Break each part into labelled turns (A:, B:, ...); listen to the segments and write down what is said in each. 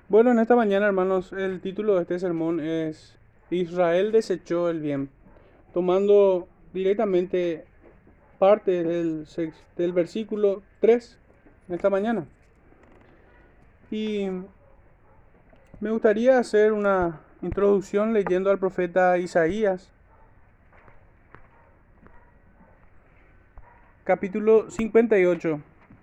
A: Bueno, en esta mañana, hermanos, el título de este sermón es Israel desechó el bien, tomando directamente parte del versículo 3 en esta mañana. Y me gustaría hacer una introducción leyendo al profeta Isaías, capítulo 58.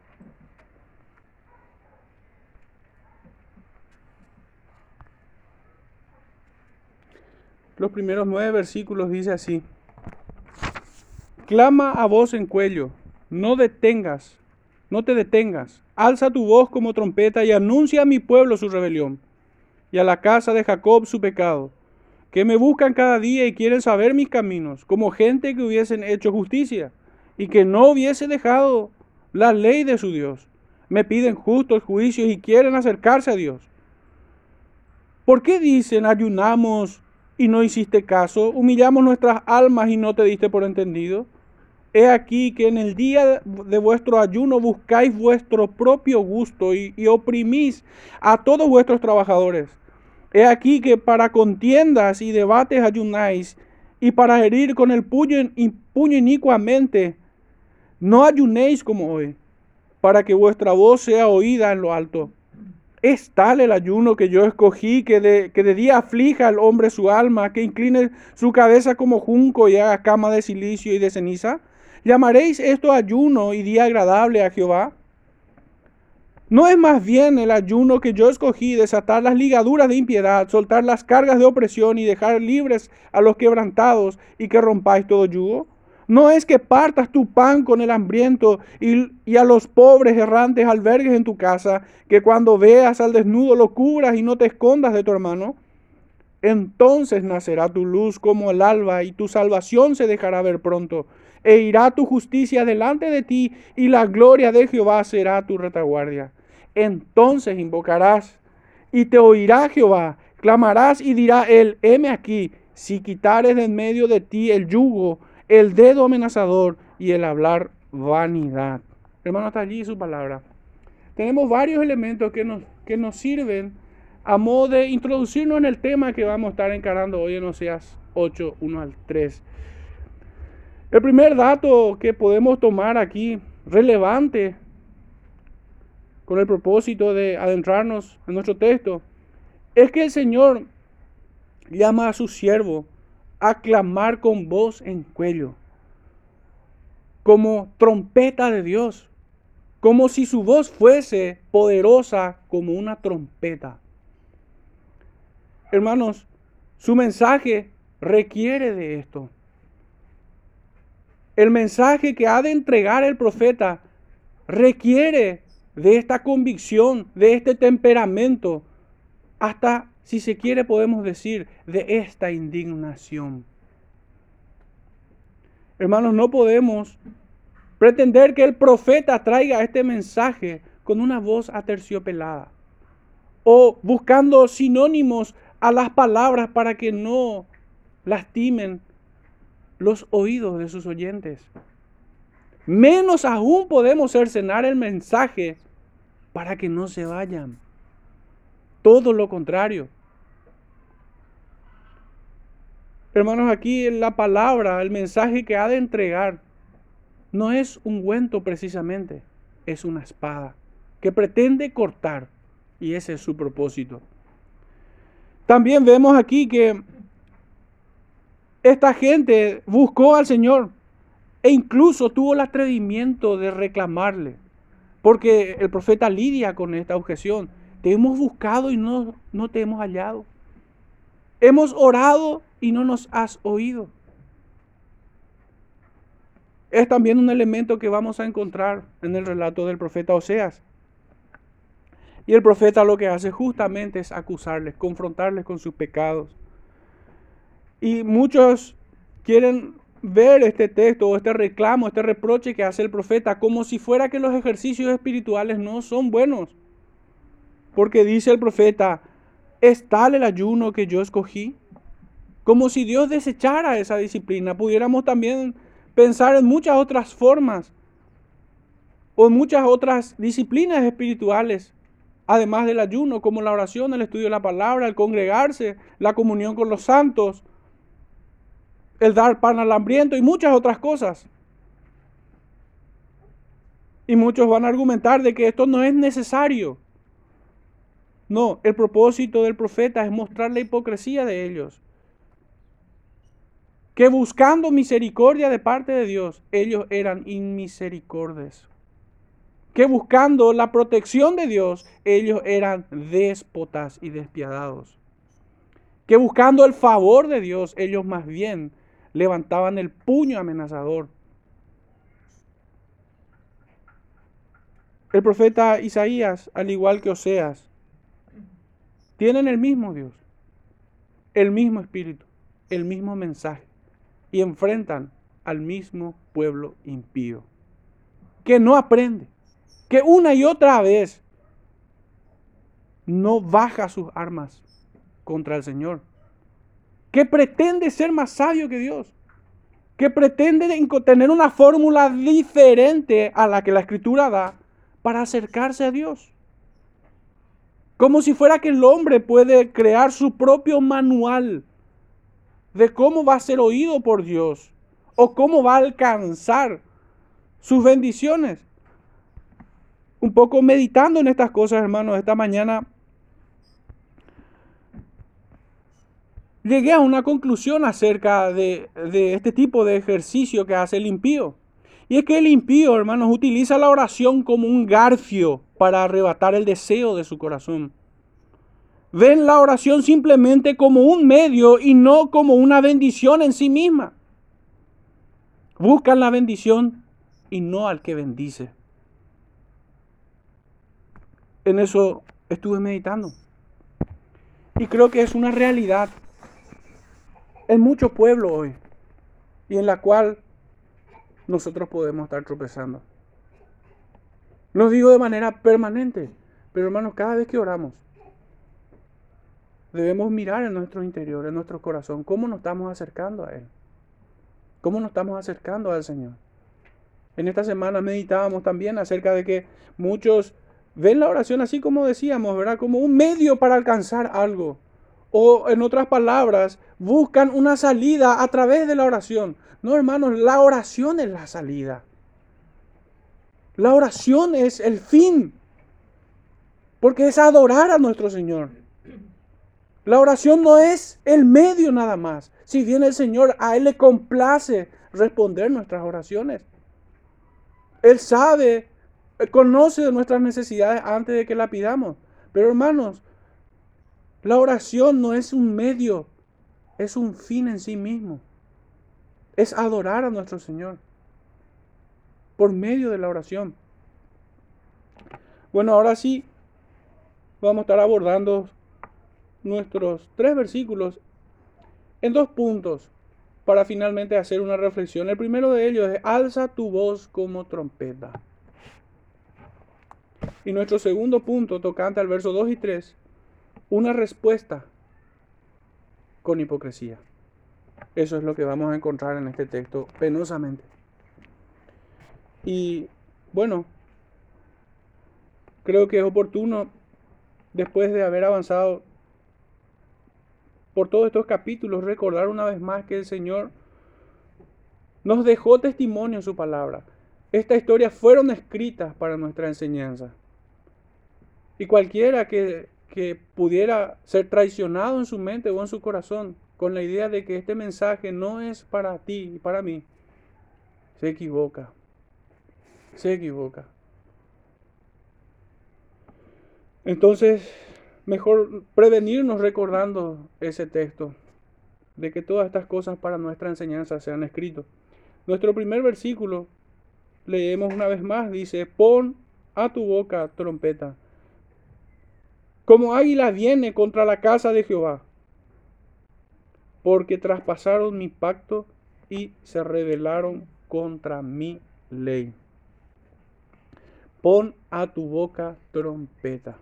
A: Los primeros 9 versículos dice así: Clama a voz en cuello, no detengas, no te detengas. Alza tu voz como trompeta y anuncia a mi pueblo su rebelión y a la casa de Jacob su pecado, que me buscan cada día y quieren saber mis caminos, como gente que hubiesen hecho justicia y que no hubiese dejado la ley de su Dios. Me piden justos juicios y quieren acercarse a Dios. ¿Por qué dicen ayunamos y no hiciste caso? Humillamos nuestras almas y no te diste por entendido. He aquí que en el día de vuestro ayuno buscáis vuestro propio gusto y oprimís a todos vuestros trabajadores. He aquí que para contiendas y debates ayunáis, y para herir con el puño inicuamente. No ayunéis como hoy, para que vuestra voz sea oída en lo alto. Es tal el ayuno que yo escogí, que de día aflija al hombre su alma, que incline su cabeza como junco y haga cama de silicio y de ceniza. ¿Llamaréis esto ayuno y día agradable a Jehová? ¿No es más bien el ayuno que yo escogí, desatar las ligaduras de impiedad, soltar las cargas de opresión y dejar libres a los quebrantados y que rompáis todo yugo? ¿No es que partas tu pan con el hambriento y a los pobres errantes albergues en tu casa, que cuando veas al desnudo lo cubras y no te escondas de tu hermano? Entonces nacerá tu luz como el alba y tu salvación se dejará ver pronto. E irá tu justicia delante de ti y la gloria de Jehová será tu retaguardia. Entonces invocarás y te oirá Jehová. Clamarás y dirá él, heme aquí, si quitares de en medio de ti el yugo, el dedo amenazador y el hablar vanidad. Hermano, está allí su palabra. Tenemos varios elementos que nos sirven a modo de introducirnos en el tema que vamos a estar encarando hoy en Oseas 8, 1 al 3. El primer dato que podemos tomar aquí, relevante, con el propósito de adentrarnos en nuestro texto, es que el Señor llama a su siervo a clamar con voz en cuello, como trompeta de Dios, como si su voz fuese poderosa como una trompeta. Hermanos, su mensaje requiere de esto. El mensaje que ha de entregar el profeta requiere de esta convicción, de este temperamento, hasta, si se quiere, podemos decir, de esta indignación. Hermanos, no podemos pretender que el profeta traiga este mensaje con una voz aterciopelada o buscando sinónimos a las palabras para que no lastimen los oídos de sus oyentes. Menos aún podemos cercenar el mensaje para que no se vayan. Todo lo contrario. Hermanos, aquí la palabra, el mensaje que ha de entregar, no es ungüento precisamente, es una espada que pretende cortar, y ese es su propósito. También vemos aquí que esta gente buscó al Señor e incluso tuvo el atrevimiento de reclamarle, porque el profeta lidia con esta objeción. Te hemos buscado y no te hemos hallado. Hemos orado y no nos has oído. Es también un elemento que vamos a encontrar en el relato del profeta Oseas. Y el profeta lo que hace justamente es acusarles, confrontarles con sus pecados. Y muchos quieren ver este texto o este reclamo, este reproche que hace el profeta como si fuera que los ejercicios espirituales no son buenos. Porque dice el profeta, ¿es tal el ayuno que yo escogí? Como si Dios desechara esa disciplina. Pudiéramos también pensar en muchas otras formas o en muchas otras disciplinas espirituales además del ayuno, como la oración, el estudio de la palabra, el congregarse, la comunión con los santos, el dar pan al hambriento y muchas otras cosas. Y muchos van a argumentar de que esto no es necesario. No, el propósito del profeta es mostrar la hipocresía de ellos. Que buscando misericordia de parte de Dios, ellos eran inmisericordes. Que buscando la protección de Dios, ellos eran déspotas y despiadados. Que buscando el favor de Dios, ellos más bien levantaban el puño amenazador. El profeta Isaías, al igual que Oseas, tienen el mismo Dios, el mismo espíritu, el mismo mensaje, y enfrentan al mismo pueblo impío, que no aprende, que una y otra vez no baja sus armas contra el Señor, que pretende ser más sabio que Dios, que pretende tener una fórmula diferente a la que la Escritura da para acercarse a Dios. Como si fuera que el hombre puede crear su propio manual de cómo va a ser oído por Dios o cómo va a alcanzar sus bendiciones. Un poco meditando en estas cosas, hermanos, esta mañana llegué a una conclusión acerca de este tipo de ejercicio que hace el impío. Y es que el impío, hermanos, utiliza la oración como un garfio para arrebatar el deseo de su corazón. Ven la oración simplemente como un medio y no como una bendición en sí misma. Buscan la bendición y no al que bendice. En eso estuve meditando. Y creo que es una realidad en muchos pueblos hoy y en la cual nosotros podemos estar tropezando. No digo de manera permanente, pero hermanos, cada vez que oramos, debemos mirar en nuestro interior, en nuestro corazón, cómo nos estamos acercando a Él. Cómo nos estamos acercando al Señor. En esta semana meditábamos también acerca de que muchos ven la oración así como decíamos, ¿verdad? Como un medio para alcanzar algo. O en otras palabras, buscan una salida a través de la oración. No, hermanos, la oración es la salida. La oración es el fin. Porque es adorar a nuestro Señor. La oración no es el medio nada más. Si bien el Señor, a Él le complace responder nuestras oraciones. Él sabe, conoce de nuestras necesidades antes de que la pidamos. Pero hermanos, la oración no es un medio, es un fin en sí mismo. Es adorar a nuestro Señor por medio de la oración. Bueno, ahora sí, vamos a estar abordando nuestros 3 versículos en 2 puntos para finalmente hacer una reflexión. El primero de ellos es: alza tu voz como trompeta. Y nuestro segundo punto, tocante al verso 2 y 3, una respuesta con hipocresía. Eso es lo que vamos a encontrar en este texto penosamente. Y bueno, creo que es oportuno, después de haber avanzado por todos estos capítulos, recordar una vez más que el Señor nos dejó testimonio en su palabra. Estas historias fueron escritas para nuestra enseñanza. Y cualquiera que pudiera ser traicionado en su mente o en su corazón con la idea de que este mensaje no es para ti y para mí, se equivoca. Se equivoca. Entonces, mejor prevenirnos recordando ese texto, de que todas estas cosas para nuestra enseñanza se han escrito. Nuestro primer versículo, leemos una vez más, dice: pon a tu boca trompeta. Como águila viene contra la casa de Jehová, porque traspasaron mi pacto y se rebelaron contra mi ley. Pon a tu boca trompeta.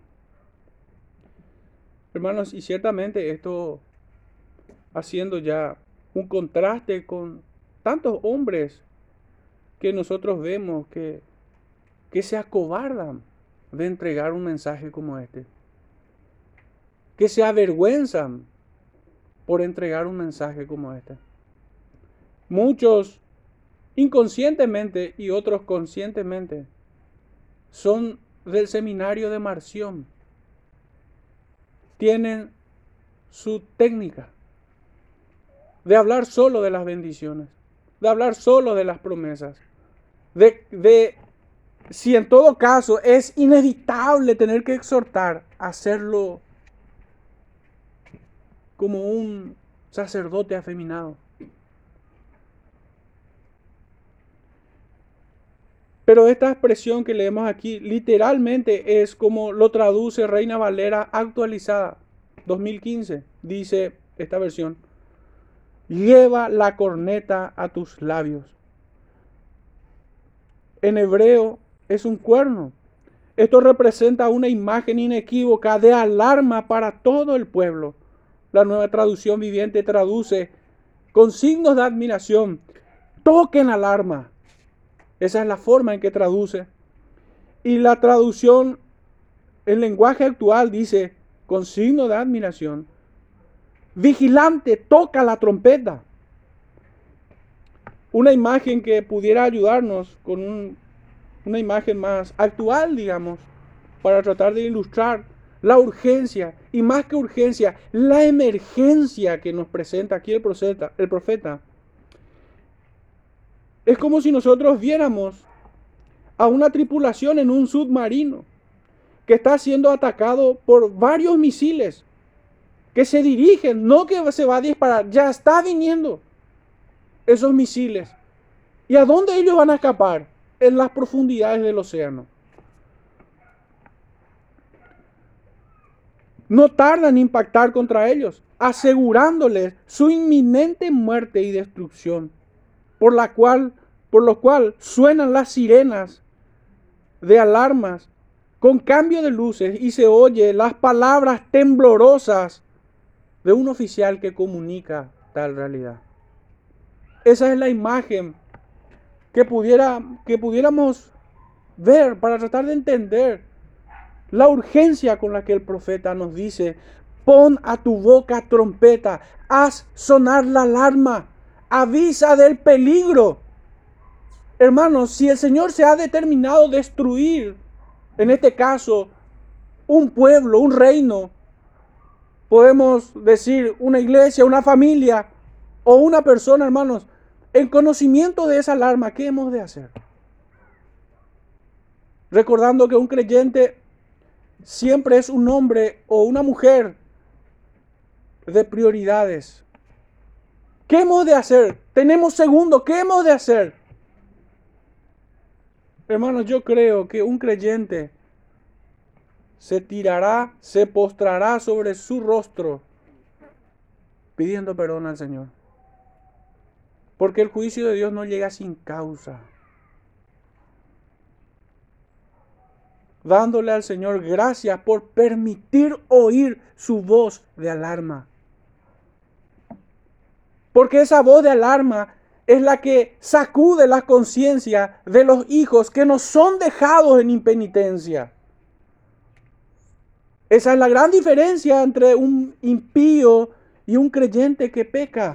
A: Hermanos, y ciertamente esto haciendo ya un contraste con tantos hombres que nosotros vemos que se acobardan de entregar un mensaje como este, que se avergüenzan por entregar un mensaje como este. Muchos inconscientemente y otros conscientemente son del seminario de Marción. Tienen su técnica de hablar solo de las bendiciones, de hablar solo de las promesas, de si en todo caso es inevitable tener que exhortar, hacerlo como un sacerdote afeminado. Pero esta expresión que leemos aquí literalmente es como lo traduce Reina Valera actualizada 2015. Dice esta versión: lleva la corneta a tus labios. En hebreo es un cuerno. Esto representa una imagen inequívoca de alarma para todo el pueblo. La Nueva Traducción Viviente traduce con signos de admiración: toquen alarma. Esa es la forma en que traduce. Y la traducción en lenguaje actual dice con signo de admiración: vigilante, toca la trompeta. Una imagen que pudiera ayudarnos con una imagen más actual, digamos, para tratar de ilustrar la urgencia, y más que urgencia, la emergencia que nos presenta aquí el profeta. Es como si nosotros viéramos a una tripulación en un submarino que está siendo atacado por varios misiles que se dirigen, no que se va a disparar, ya está viniendo esos misiles. ¿Y a dónde ellos van a escapar? En las profundidades del océano. No tardan en impactar contra ellos, asegurándoles su inminente muerte y destrucción, por lo cual suenan las sirenas de alarmas con cambio de luces y se oye las palabras temblorosas de un oficial que comunica tal realidad. Esa es la imagen que pudiéramos ver para tratar de entender la urgencia con la que el profeta nos dice: pon a tu boca trompeta, haz sonar la alarma, avisa del peligro. Hermanos, si el Señor se ha determinado destruir, en este caso, un pueblo, un reino, podemos decir una iglesia, una familia o una persona, hermanos, en conocimiento de esa alarma, ¿qué hemos de hacer? Recordando que un creyente siempre es un hombre o una mujer de prioridades. ¿Qué hemos de hacer? Tenemos segundo, ¿qué hemos de hacer? Hermanos, yo creo que un creyente se tirará, se postrará sobre su rostro pidiendo perdón al Señor. Porque el juicio de Dios no llega sin causa. Dándole al Señor gracias por permitir oír su voz de alarma. Porque esa voz de alarma es la que sacude la conciencia de los hijos que no son dejados en impenitencia. Esa es la gran diferencia entre un impío y un creyente que peca.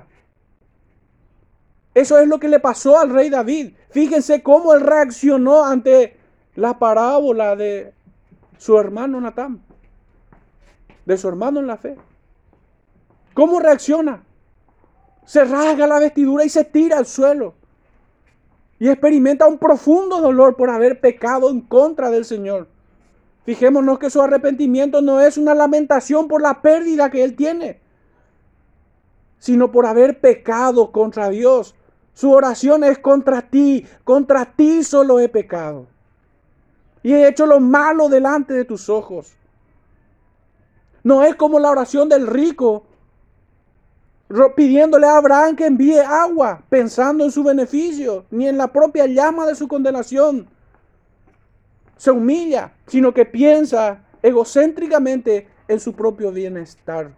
A: Eso es lo que le pasó al rey David. Fíjense cómo él reaccionó ante la parábola de su hermano Natán, de su hermano en la fe. ¿Cómo reacciona? Se rasga la vestidura y se tira al suelo. Y experimenta un profundo dolor por haber pecado en contra del Señor. Fijémonos que su arrepentimiento no es una lamentación por la pérdida que él tiene, sino por haber pecado contra Dios. Su oración es contra ti solo he pecado. Y he hecho lo malo delante de tus ojos. No es como la oración del rico, pidiéndole a Abraham que envíe agua, pensando en su beneficio, ni en la propia llama de su condenación. Se humilla, sino que piensa egocéntricamente en su propio bienestar.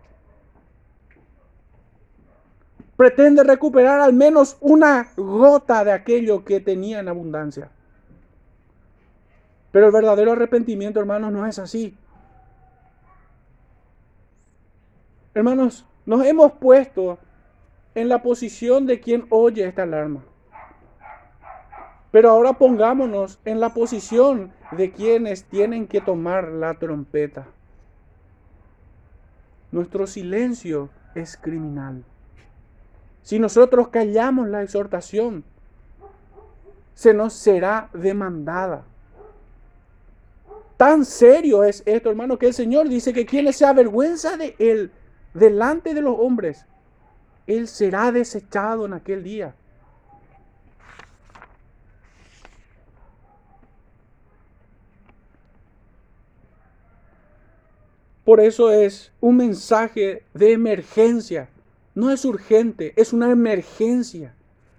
A: Pretende recuperar al menos una gota de aquello que tenía en abundancia. Pero el verdadero arrepentimiento, hermanos, no es así. Hermanos, nos hemos puesto en la posición de quien oye esta alarma. Pero ahora pongámonos en la posición de quienes tienen que tomar la trompeta. Nuestro silencio es criminal. Si nosotros callamos la exhortación, se nos será demandada. Tan serio es esto, hermano, que el Señor dice que quien se avergüenza de Él delante de los hombres, Él será desechado en aquel día. Por eso es un mensaje de emergencia. No es urgente, es una emergencia.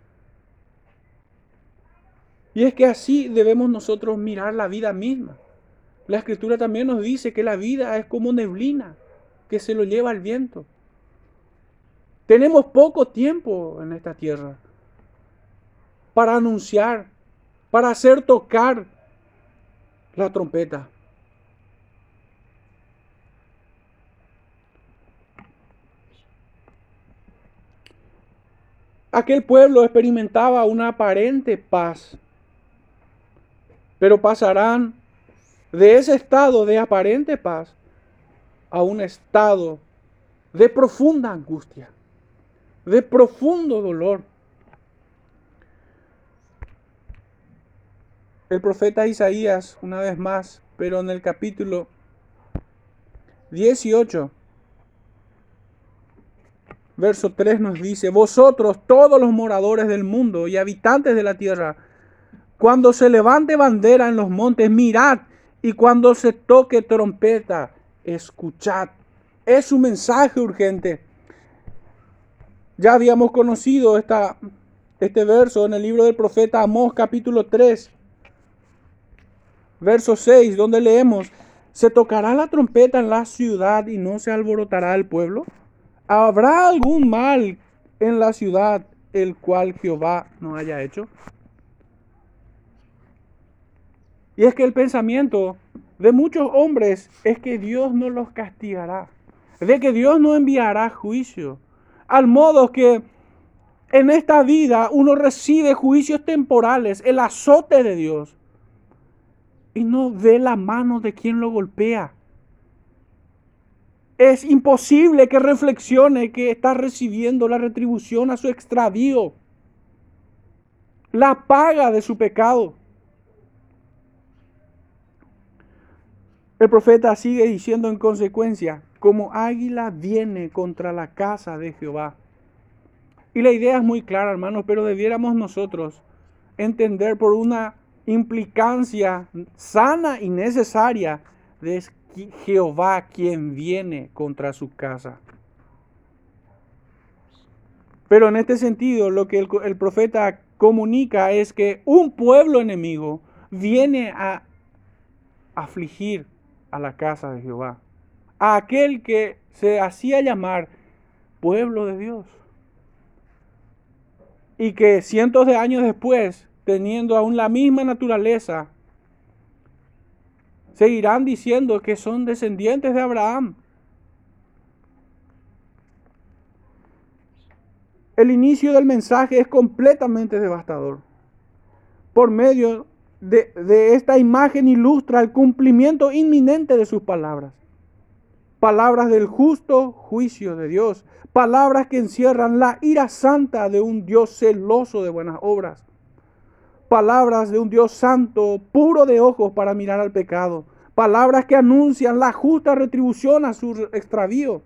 A: Y es que así debemos nosotros mirar la vida misma. La Escritura también nos dice que la vida es como neblina, que se lo lleva el viento. Tenemos poco tiempo en esta tierra para anunciar, para hacer tocar la trompeta. Aquel pueblo experimentaba una aparente paz, pero pasarán de ese estado de aparente paz a un estado de profunda angustia, de profundo dolor. El profeta Isaías, una vez más, pero en el capítulo 18, verso 3 nos dice: vosotros, todos los moradores del mundo y habitantes de la tierra, cuando se levante bandera en los montes, mirad, y cuando se toque trompeta, escuchad. Es un mensaje urgente. Ya habíamos conocido este verso en el libro del profeta Amós, capítulo 3, verso 6, donde leemos: ¿se tocará la trompeta en la ciudad y no se alborotará el pueblo? ¿Habrá algún mal en la ciudad el cual Jehová no haya hecho? Y es que el pensamiento de muchos hombres es que Dios no los castigará, de que Dios no enviará juicio, al modo que en esta vida uno recibe juicios temporales, el azote de Dios, y no ve la mano de quien lo golpea. Es imposible que reflexione que está recibiendo la retribución a su extravío, la paga de su pecado. El profeta sigue diciendo en consecuencia: como águila viene contra la casa de Jehová. Y la idea es muy clara, hermanos, pero debiéramos nosotros entender por una implicancia sana y necesaria de Jehová quien viene contra su casa. Pero en este sentido, lo que el profeta comunica es que un pueblo enemigo viene a afligir a la casa de Jehová, a aquel que se hacía llamar pueblo de Dios, y que cientos de años después, teniendo aún la misma naturaleza, seguirán diciendo que son descendientes de Abraham. El inicio del mensaje es completamente devastador. Por medio de esta imagen ilustra el cumplimiento inminente de sus palabras. Palabras del justo juicio de Dios. Palabras que encierran la ira santa de un Dios celoso de buenas obras. Palabras de un Dios santo, puro de ojos para mirar al pecado. Palabras que anuncian la justa retribución a su extravío.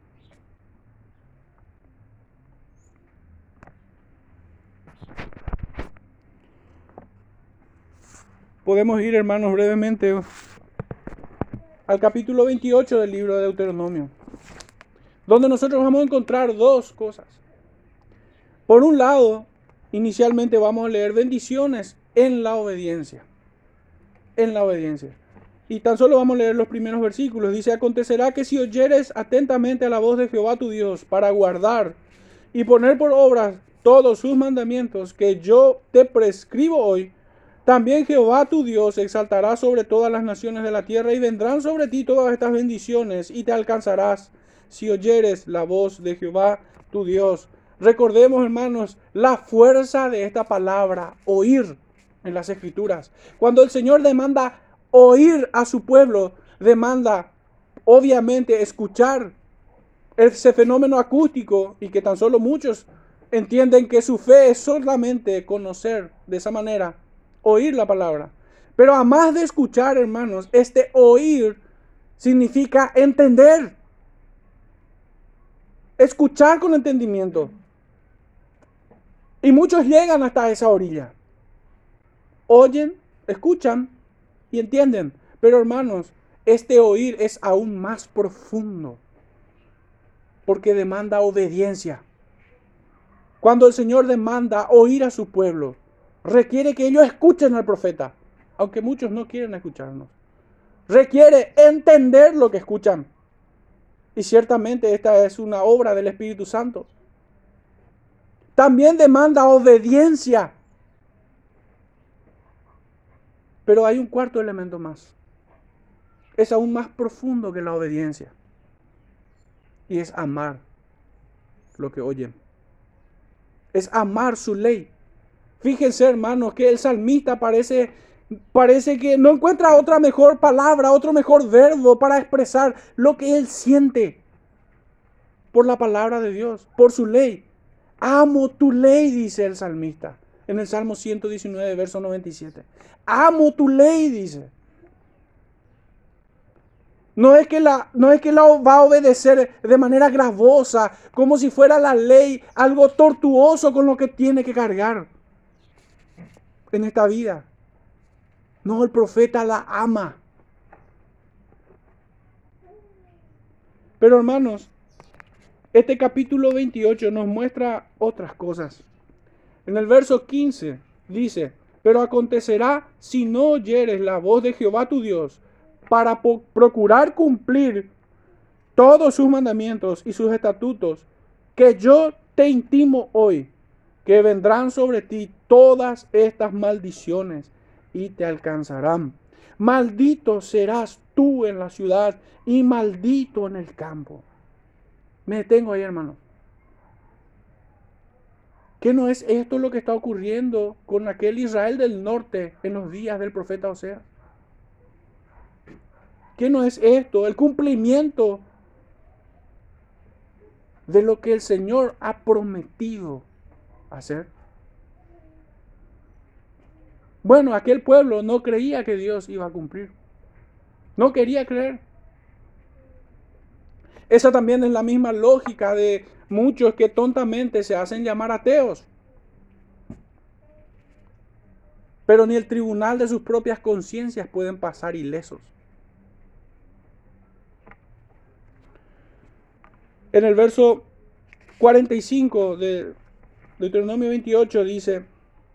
A: Podemos ir, hermanos, brevemente al capítulo 28 del libro de Deuteronomio, donde nosotros vamos a encontrar dos cosas. Por un lado, inicialmente vamos a leer bendiciones en la obediencia. En la obediencia. Y tan solo vamos a leer los primeros versículos. Dice: acontecerá que si oyeres atentamente a la voz de Jehová tu Dios para guardar y poner por obra todos sus mandamientos que yo te prescribo hoy, También Jehová tu Dios exaltará sobre todas las naciones de la tierra y vendrán sobre ti todas estas bendiciones y te alcanzarás si oyeres la voz de Jehová tu Dios. Recordemos, hermanos, la fuerza de esta palabra, oír en las Escrituras. Cuando el Señor demanda oír a su pueblo, demanda obviamente escuchar ese fenómeno acústico y que tan solo muchos entienden que su fe es solamente conocer de esa manera, oír la palabra. Pero a más de escuchar, hermanos, este oír significa entender. Escuchar con entendimiento. Y muchos llegan hasta esa orilla. Oyen, escuchan y entienden. Pero hermanos, este oír es aún más profundo. Porque demanda obediencia. Cuando el Señor demanda oír a su pueblo, requiere que ellos escuchen al profeta, aunque muchos no quieren escucharnos. Requiere entender lo que escuchan. Y ciertamente esta es una obra del Espíritu Santo. También demanda obediencia. Pero hay un cuarto elemento más. Es aún más profundo que la obediencia. Y es amar lo que oyen. Es amar su ley. Fíjense, hermanos, que el salmista parece que no encuentra otra mejor palabra, otro mejor verbo para expresar lo que él siente por la palabra de Dios, por su ley. Amo tu ley, dice el salmista en el Salmo 119, verso 97. Amo tu ley, dice. No es que la va a obedecer de manera gravosa, como si fuera la ley algo tortuoso con lo que tiene que cargar en esta vida. No, el profeta la ama. Pero hermanos, este capítulo 28 nos muestra otras cosas. En el verso 15 dice: pero acontecerá si no oyeres la voz de Jehová tu Dios, para procurar cumplir todos sus mandamientos y sus estatutos, que yo te intimo hoy, que vendrán sobre ti todas estas maldiciones y te alcanzarán. Maldito serás tú en la ciudad y maldito en el campo. Me detengo ahí, hermano. ¿Qué no es esto lo que está ocurriendo con aquel Israel del norte en los días del profeta Oseas? ¿Qué no es esto? El cumplimiento de lo que el Señor ha prometido hacer. Bueno, aquel pueblo no creía que Dios iba a cumplir. No quería creer. Esa también es la misma lógica de muchos que tontamente se hacen llamar ateos. Pero ni el tribunal de sus propias conciencias pueden pasar ilesos. En el verso 45 de Deuteronomio 28 dice: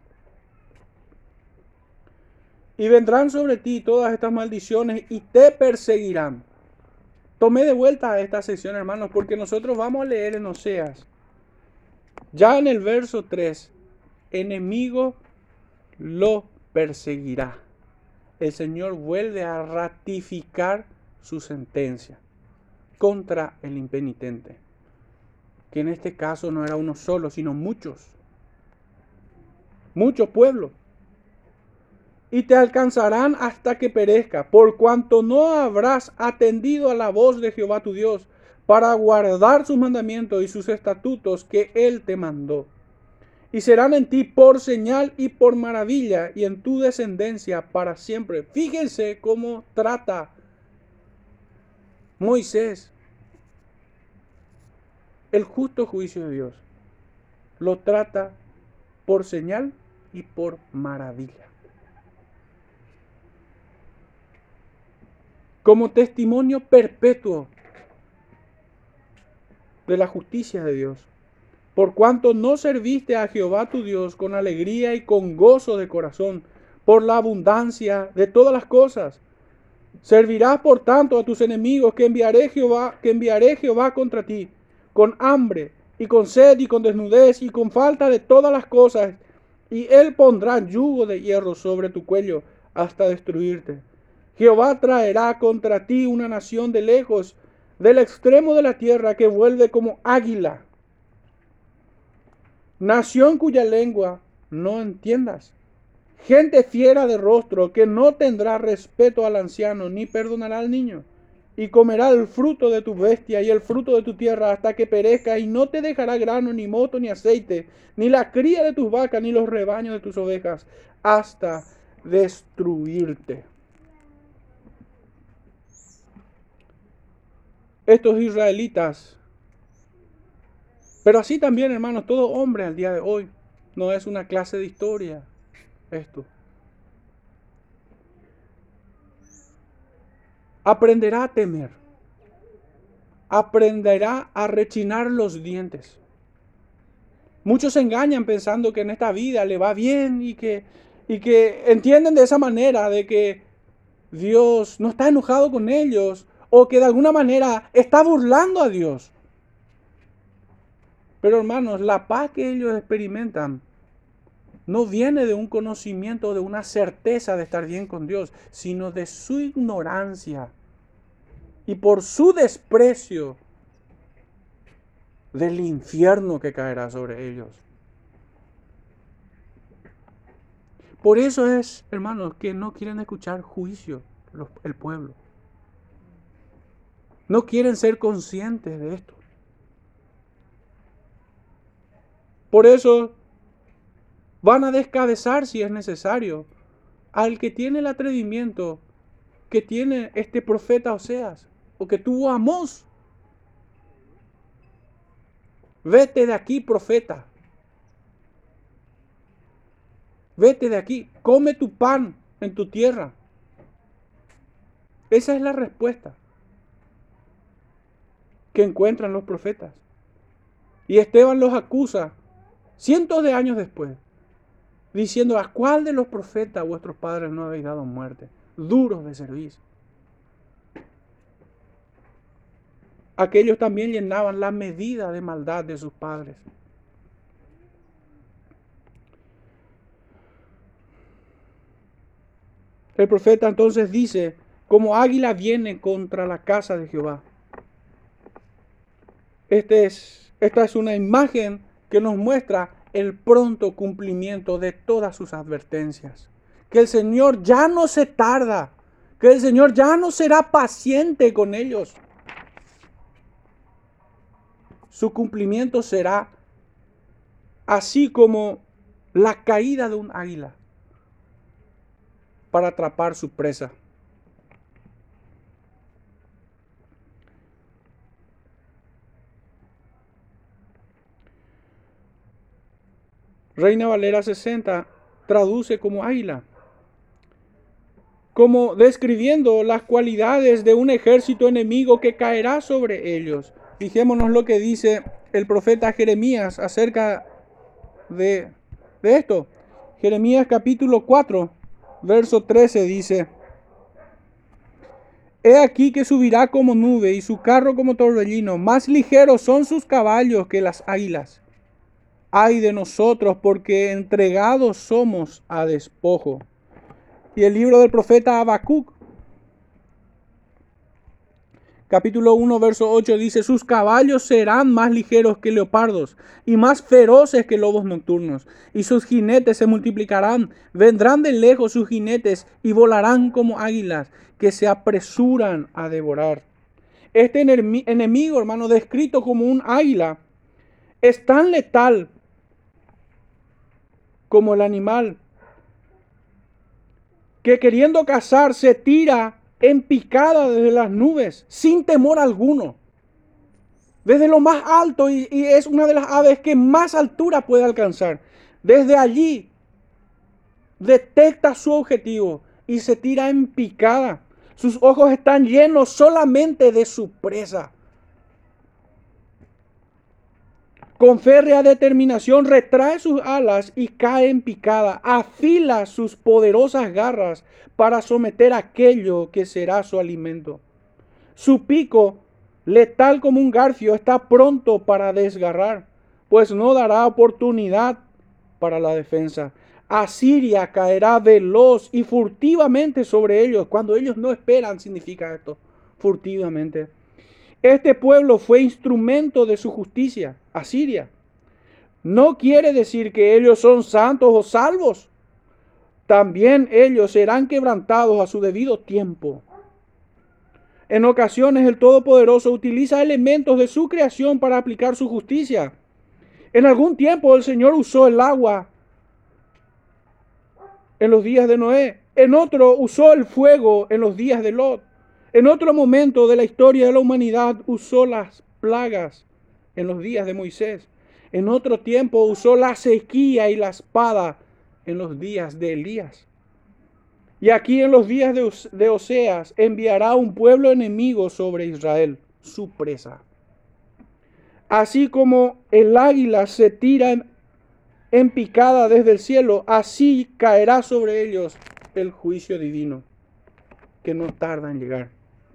A: y vendrán sobre ti todas estas maldiciones y te perseguirán. Tomé de vuelta a esta sección, hermanos, porque nosotros vamos a leer en Oseas. Ya en el verso 3, enemigo lo perseguirá. El Señor vuelve a ratificar su sentencia contra el impenitente, que en este caso no era uno solo, sino muchos pueblos. Y te alcanzarán hasta que perezca, por cuanto no habrás atendido a la voz de Jehová tu Dios, para guardar sus mandamientos y sus estatutos que Él te mandó. Y serán en ti por señal y por maravilla, y en tu descendencia para siempre. Fíjense cómo trata Moisés el justo juicio de Dios. Lo trata por señal y por maravilla. Como testimonio perpetuo de la justicia de Dios. Por cuanto no serviste a Jehová tu Dios con alegría y con gozo de corazón, por la abundancia de todas las cosas. Servirás por tanto a tus enemigos que enviaré Jehová contra ti, con hambre y con sed y con desnudez y con falta de todas las cosas, y él pondrá yugo de hierro sobre tu cuello hasta destruirte. Jehová traerá contra ti una nación de lejos, del extremo de la tierra, que vuelve como águila. Nación cuya lengua no entiendas. Gente fiera de rostro, que no tendrá respeto al anciano, ni perdonará al niño. Y comerá el fruto de tu bestia y el fruto de tu tierra hasta que perezca, y no te dejará grano, ni moto, ni aceite, ni la cría de tus vacas, ni los rebaños de tus ovejas, hasta destruirte. Estos israelitas, pero así también, hermanos, todo hombre al día de hoy, no es una clase de historia esto. Aprenderá a temer, aprenderá a rechinar los dientes. Muchos se engañan pensando que en esta vida le va bien y que entienden de esa manera de que Dios no está enojado con ellos o que de alguna manera está burlando a Dios. Pero hermanos, la paz que ellos experimentan no viene de un conocimiento, de una certeza de estar bien con Dios, sino de su ignorancia y por su desprecio del infierno que caerá sobre ellos. Por eso es, hermanos, que no quieren escuchar juicio el pueblo. No quieren ser conscientes de esto. Por eso van a descabezar, si es necesario, al que tiene el atrevimiento que tiene este profeta Oseas, o que tuvo Amós. Vete de aquí, profeta. Vete de aquí, come tu pan en tu tierra. Esa es la respuesta que encuentran los profetas. Y Esteban los acusa cientos de años después, diciendo: ¿a cuál de los profetas vuestros padres no habéis dado muerte? Duros de servicio. Aquellos también llenaban la medida de maldad de sus padres. El profeta entonces dice: como águila viene contra la casa de Jehová. Esta es una imagen que nos muestra el pronto cumplimiento de todas sus advertencias. Que el Señor ya no se tarda, que el Señor ya no será paciente con ellos. Su cumplimiento será así como la caída de un águila para atrapar su presa. Reina Valera 60 traduce como águila, como describiendo las cualidades de un ejército enemigo que caerá sobre ellos. Fijémonos lo que dice el profeta Jeremías acerca de esto. Jeremías capítulo 4, verso 13 dice: He aquí que subirá como nube y su carro como torbellino, más ligeros son sus caballos que las águilas. Ay de nosotros, porque entregados somos a despojo. Y el libro del profeta Habacuc, capítulo 1, verso 8 dice: sus caballos serán más ligeros que leopardos y más feroces que lobos nocturnos. Y sus jinetes se multiplicarán, vendrán de lejos sus jinetes y volarán como águilas que se apresuran a devorar. Este enemigo, hermano, descrito como un águila, es tan letal como el animal que queriendo cazar se tira en picada desde las nubes sin temor alguno, desde lo más alto, y es una de las aves que más altura puede alcanzar. Desde allí detecta su objetivo y se tira en picada. Sus ojos están llenos solamente de su presa. Con férrea determinación retrae sus alas y cae en picada. Afila sus poderosas garras para someter aquello que será su alimento. Su pico, letal como un garfio, está pronto para desgarrar, pues no dará oportunidad para la defensa. Asiria caerá veloz y furtivamente sobre ellos. Cuando ellos no esperan, significa esto, furtivamente. Este pueblo fue instrumento de su justicia, Asiria. No quiere decir que ellos son santos o salvos. También ellos serán quebrantados a su debido tiempo. En ocasiones el Todopoderoso utiliza elementos de su creación para aplicar su justicia. En algún tiempo el Señor usó el agua en los días de Noé. En otro usó el fuego en los días de Lot. En otro momento de la historia de la humanidad usó las plagas en los días de Moisés. En otro tiempo usó la sequía y la espada en los días de Elías. Y aquí en los días de Oseas enviará un pueblo enemigo sobre Israel, su presa. Así como el águila se tira en picada desde el cielo, así caerá sobre ellos el juicio divino, que no tarda en llegar.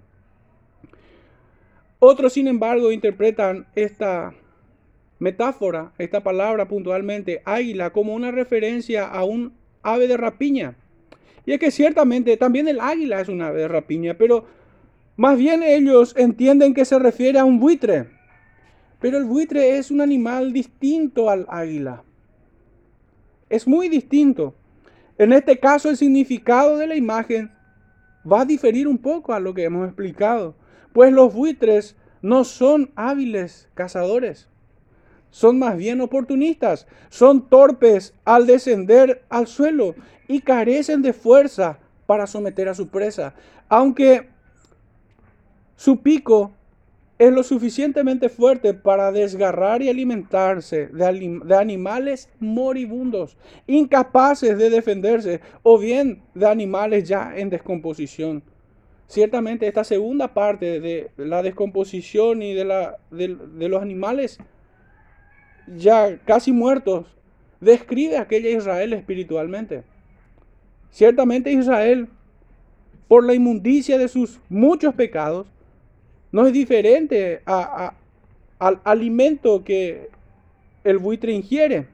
A: Otros, sin embargo, interpretan esta metáfora, esta palabra puntualmente, águila, como una referencia a un ave de rapiña. Y es que ciertamente también el águila es un ave de rapiña, pero más bien ellos entienden que se refiere a un buitre. Pero el buitre es un animal distinto al águila. Es muy distinto. En este caso el significado de la imagen va a diferir un poco a lo que hemos explicado. Pues los buitres no son hábiles cazadores. Son más bien oportunistas. Son torpes al descender al suelo y carecen de fuerza para someter a su presa. Aunque su pico es lo suficientemente fuerte para desgarrar y alimentarse de animales moribundos, incapaces de defenderse, o bien de animales ya en descomposición. Ciertamente esta segunda parte de la descomposición y de los animales ya casi muertos, describe a aquella Israel espiritualmente. Ciertamente Israel, por la inmundicia de sus muchos pecados, no es diferente al alimento que el buitre ingiere.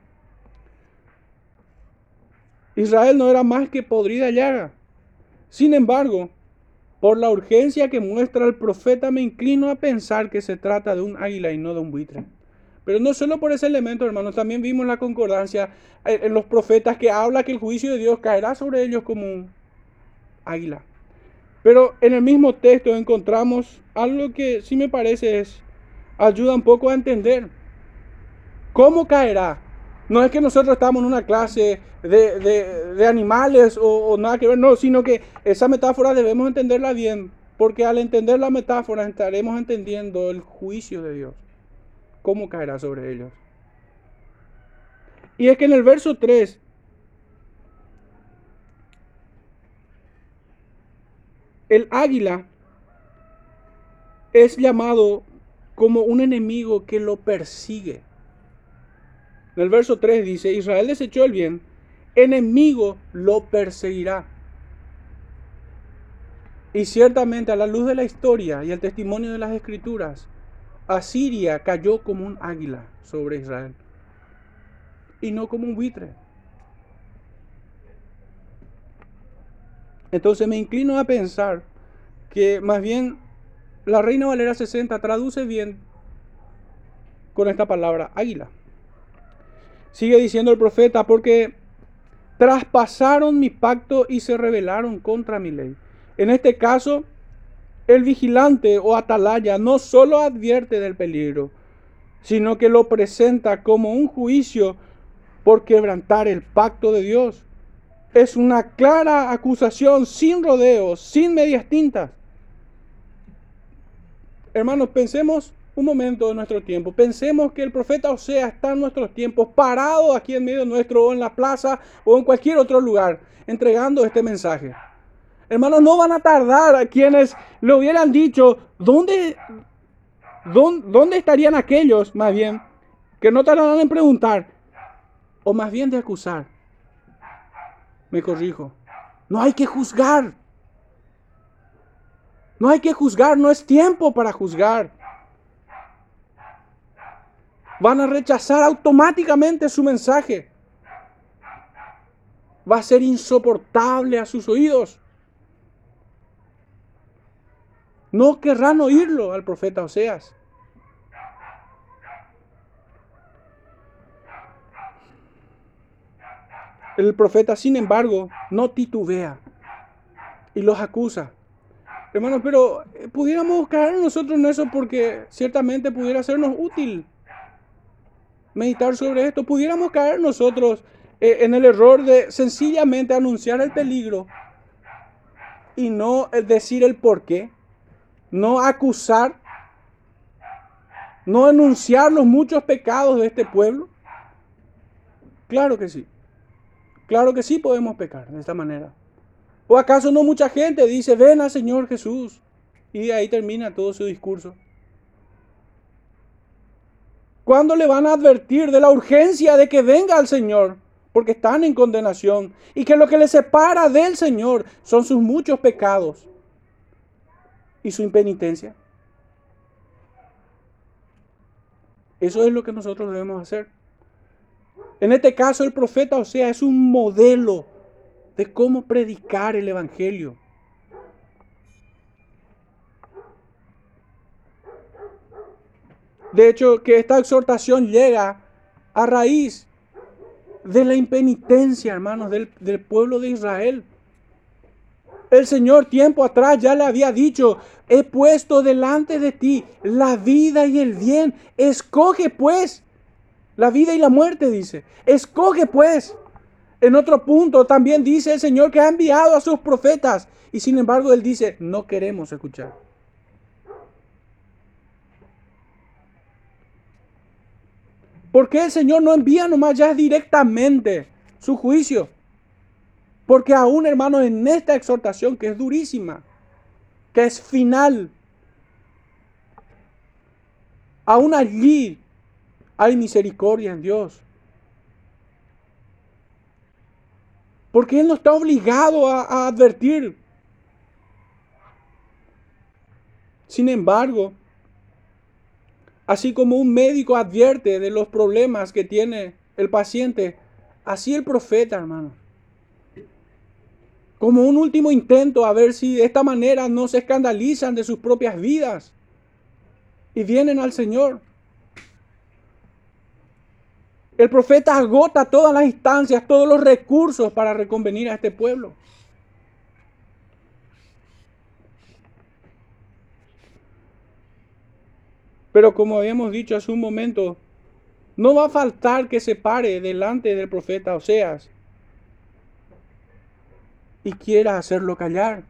A: Israel no era más que podrida llaga. Sin embargo, por la urgencia que muestra el profeta, me inclino a pensar que se trata de un águila y no de un buitre. Pero no solo por ese elemento, hermanos, también vimos la concordancia en los profetas que habla que el juicio de Dios caerá sobre ellos como un águila. Pero en el mismo texto encontramos algo que sí me parece ayuda un poco a entender. ¿Cómo caerá? No es que nosotros estamos en una clase de animales o nada que ver, no, sino que esa metáfora debemos entenderla bien, porque al entender la metáfora estaremos entendiendo el juicio de Dios. ¿Cómo caerá sobre ellos? Y es que en el verso 3, el águila es llamado como un enemigo que lo persigue. En el verso 3 dice, Israel desechó el bien, enemigo lo perseguirá. Y ciertamente a la luz de la historia y el testimonio de las Escrituras, Asiria cayó como un águila sobre Israel y no como un buitre. Entonces me inclino a pensar que más bien la Reina Valera 60 traduce bien con esta palabra águila. Sigue diciendo el profeta, porque traspasaron mi pacto y se rebelaron contra mi ley. En este caso, el vigilante o atalaya no solo advierte del peligro, sino que lo presenta como un juicio por quebrantar el pacto de Dios. Es una clara acusación, sin rodeos, sin medias tintas. Hermanos, pensemos un momento de nuestro tiempo. Pensemos que el profeta Oseas está en nuestros tiempos, parado aquí en medio nuestro, o en la plaza, o en cualquier otro lugar, entregando este mensaje. Hermanos, no van a tardar a quienes le hubieran dicho, ¿dónde estarían aquellos, más bien, que no tardarán en preguntar, o más bien de acusar? Me corrijo. No hay que juzgar. No hay que juzgar, no es tiempo para juzgar. Van a rechazar automáticamente su mensaje. va a ser insoportable a sus oídos. No querrán oírlo al profeta Oseas. El profeta, sin embargo, no titubea y los acusa. Hermanos, pero pudiéramos caer nosotros en eso porque ciertamente pudiera sernos útil meditar sobre esto. Pudiéramos caer nosotros en el error de sencillamente anunciar el peligro y no decir el porqué, no acusar, no enunciar los muchos pecados de este pueblo. Claro que sí. Claro que sí podemos pecar de esta manera. ¿O acaso no mucha gente dice, ven al Señor Jesús? Y ahí termina todo su discurso. ¿Cuándo le van a advertir de la urgencia de que venga al Señor? Porque están en condenación. Y que lo que les separa del Señor son sus muchos pecados y su impenitencia. Eso es lo que nosotros debemos hacer. En este caso, el profeta Oseas es un modelo de cómo predicar el Evangelio. De hecho, que esta exhortación llega a raíz de la impenitencia, hermanos, del pueblo de Israel. El Señor tiempo atrás ya le había dicho, he puesto delante de ti la vida y el bien. Escoge pues la vida y la muerte, dice. Escoge pues. En otro punto también dice el Señor que ha enviado a sus profetas. Y sin embargo Él dice, no queremos escuchar. ¿Por qué el Señor no envía nomás ya directamente su juicio? Porque aún, hermanos, en esta exhortación que es durísima, que es final, aún allí hay misericordia en Dios. Porque Él no está obligado a advertir. Sin embargo, así como un médico advierte de los problemas que tiene el paciente, así el profeta, hermano. Como un último intento a ver si de esta manera no se escandalizan de sus propias vidas y vienen al Señor. El profeta agota todas las instancias, todos los recursos para reconvenir a este pueblo. Pero como habíamos dicho hace un momento, no va a faltar que se pare delante del profeta Oseas y quiera hacerlo callar.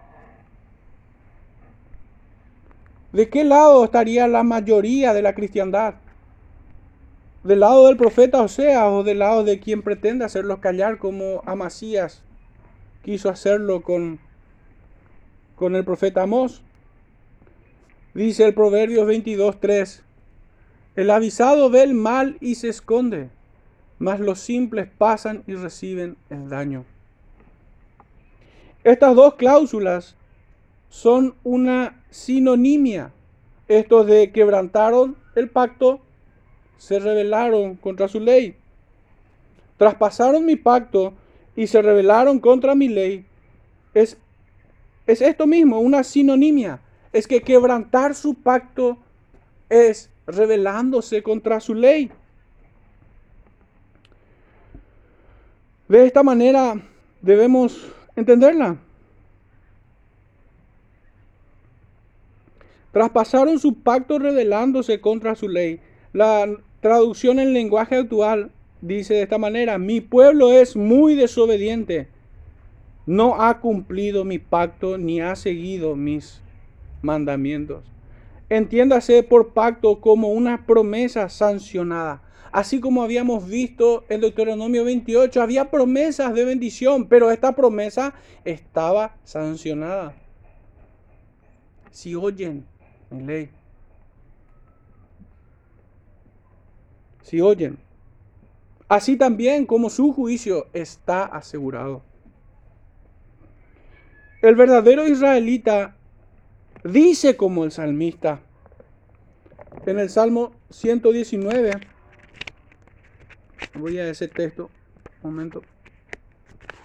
A: ¿De qué lado estaría la mayoría de la cristiandad? ¿Del lado del profeta Oseas o del lado de quien pretende hacerlos callar como Amasías quiso hacerlo con el profeta Amós? Dice el Proverbios 22:3, el avisado ve el mal y se esconde, mas los simples pasan y reciben el daño. Estas dos cláusulas son una sinonimia. Estos de quebrantaron el pacto, se rebelaron contra su ley. Traspasaron mi pacto y se rebelaron contra mi ley. Es esto mismo, una sinonimia. Es que quebrantar su pacto es rebelándose contra su ley. De esta manera debemos entenderla. Traspasaron su pacto rebelándose contra su ley. La traducción en lenguaje actual dice de esta manera, mi pueblo es muy desobediente. No ha cumplido mi pacto ni ha seguido mis mandamientos. Entiéndase por pacto como una promesa sancionada. Así como habíamos visto en Deuteronomio 28, había promesas de bendición, pero esta promesa estaba sancionada. Si oyen mi ley, si oyen, así también como su juicio está asegurado. El verdadero israelita dice como el salmista en el Salmo 119. Voy a ese texto, un momento.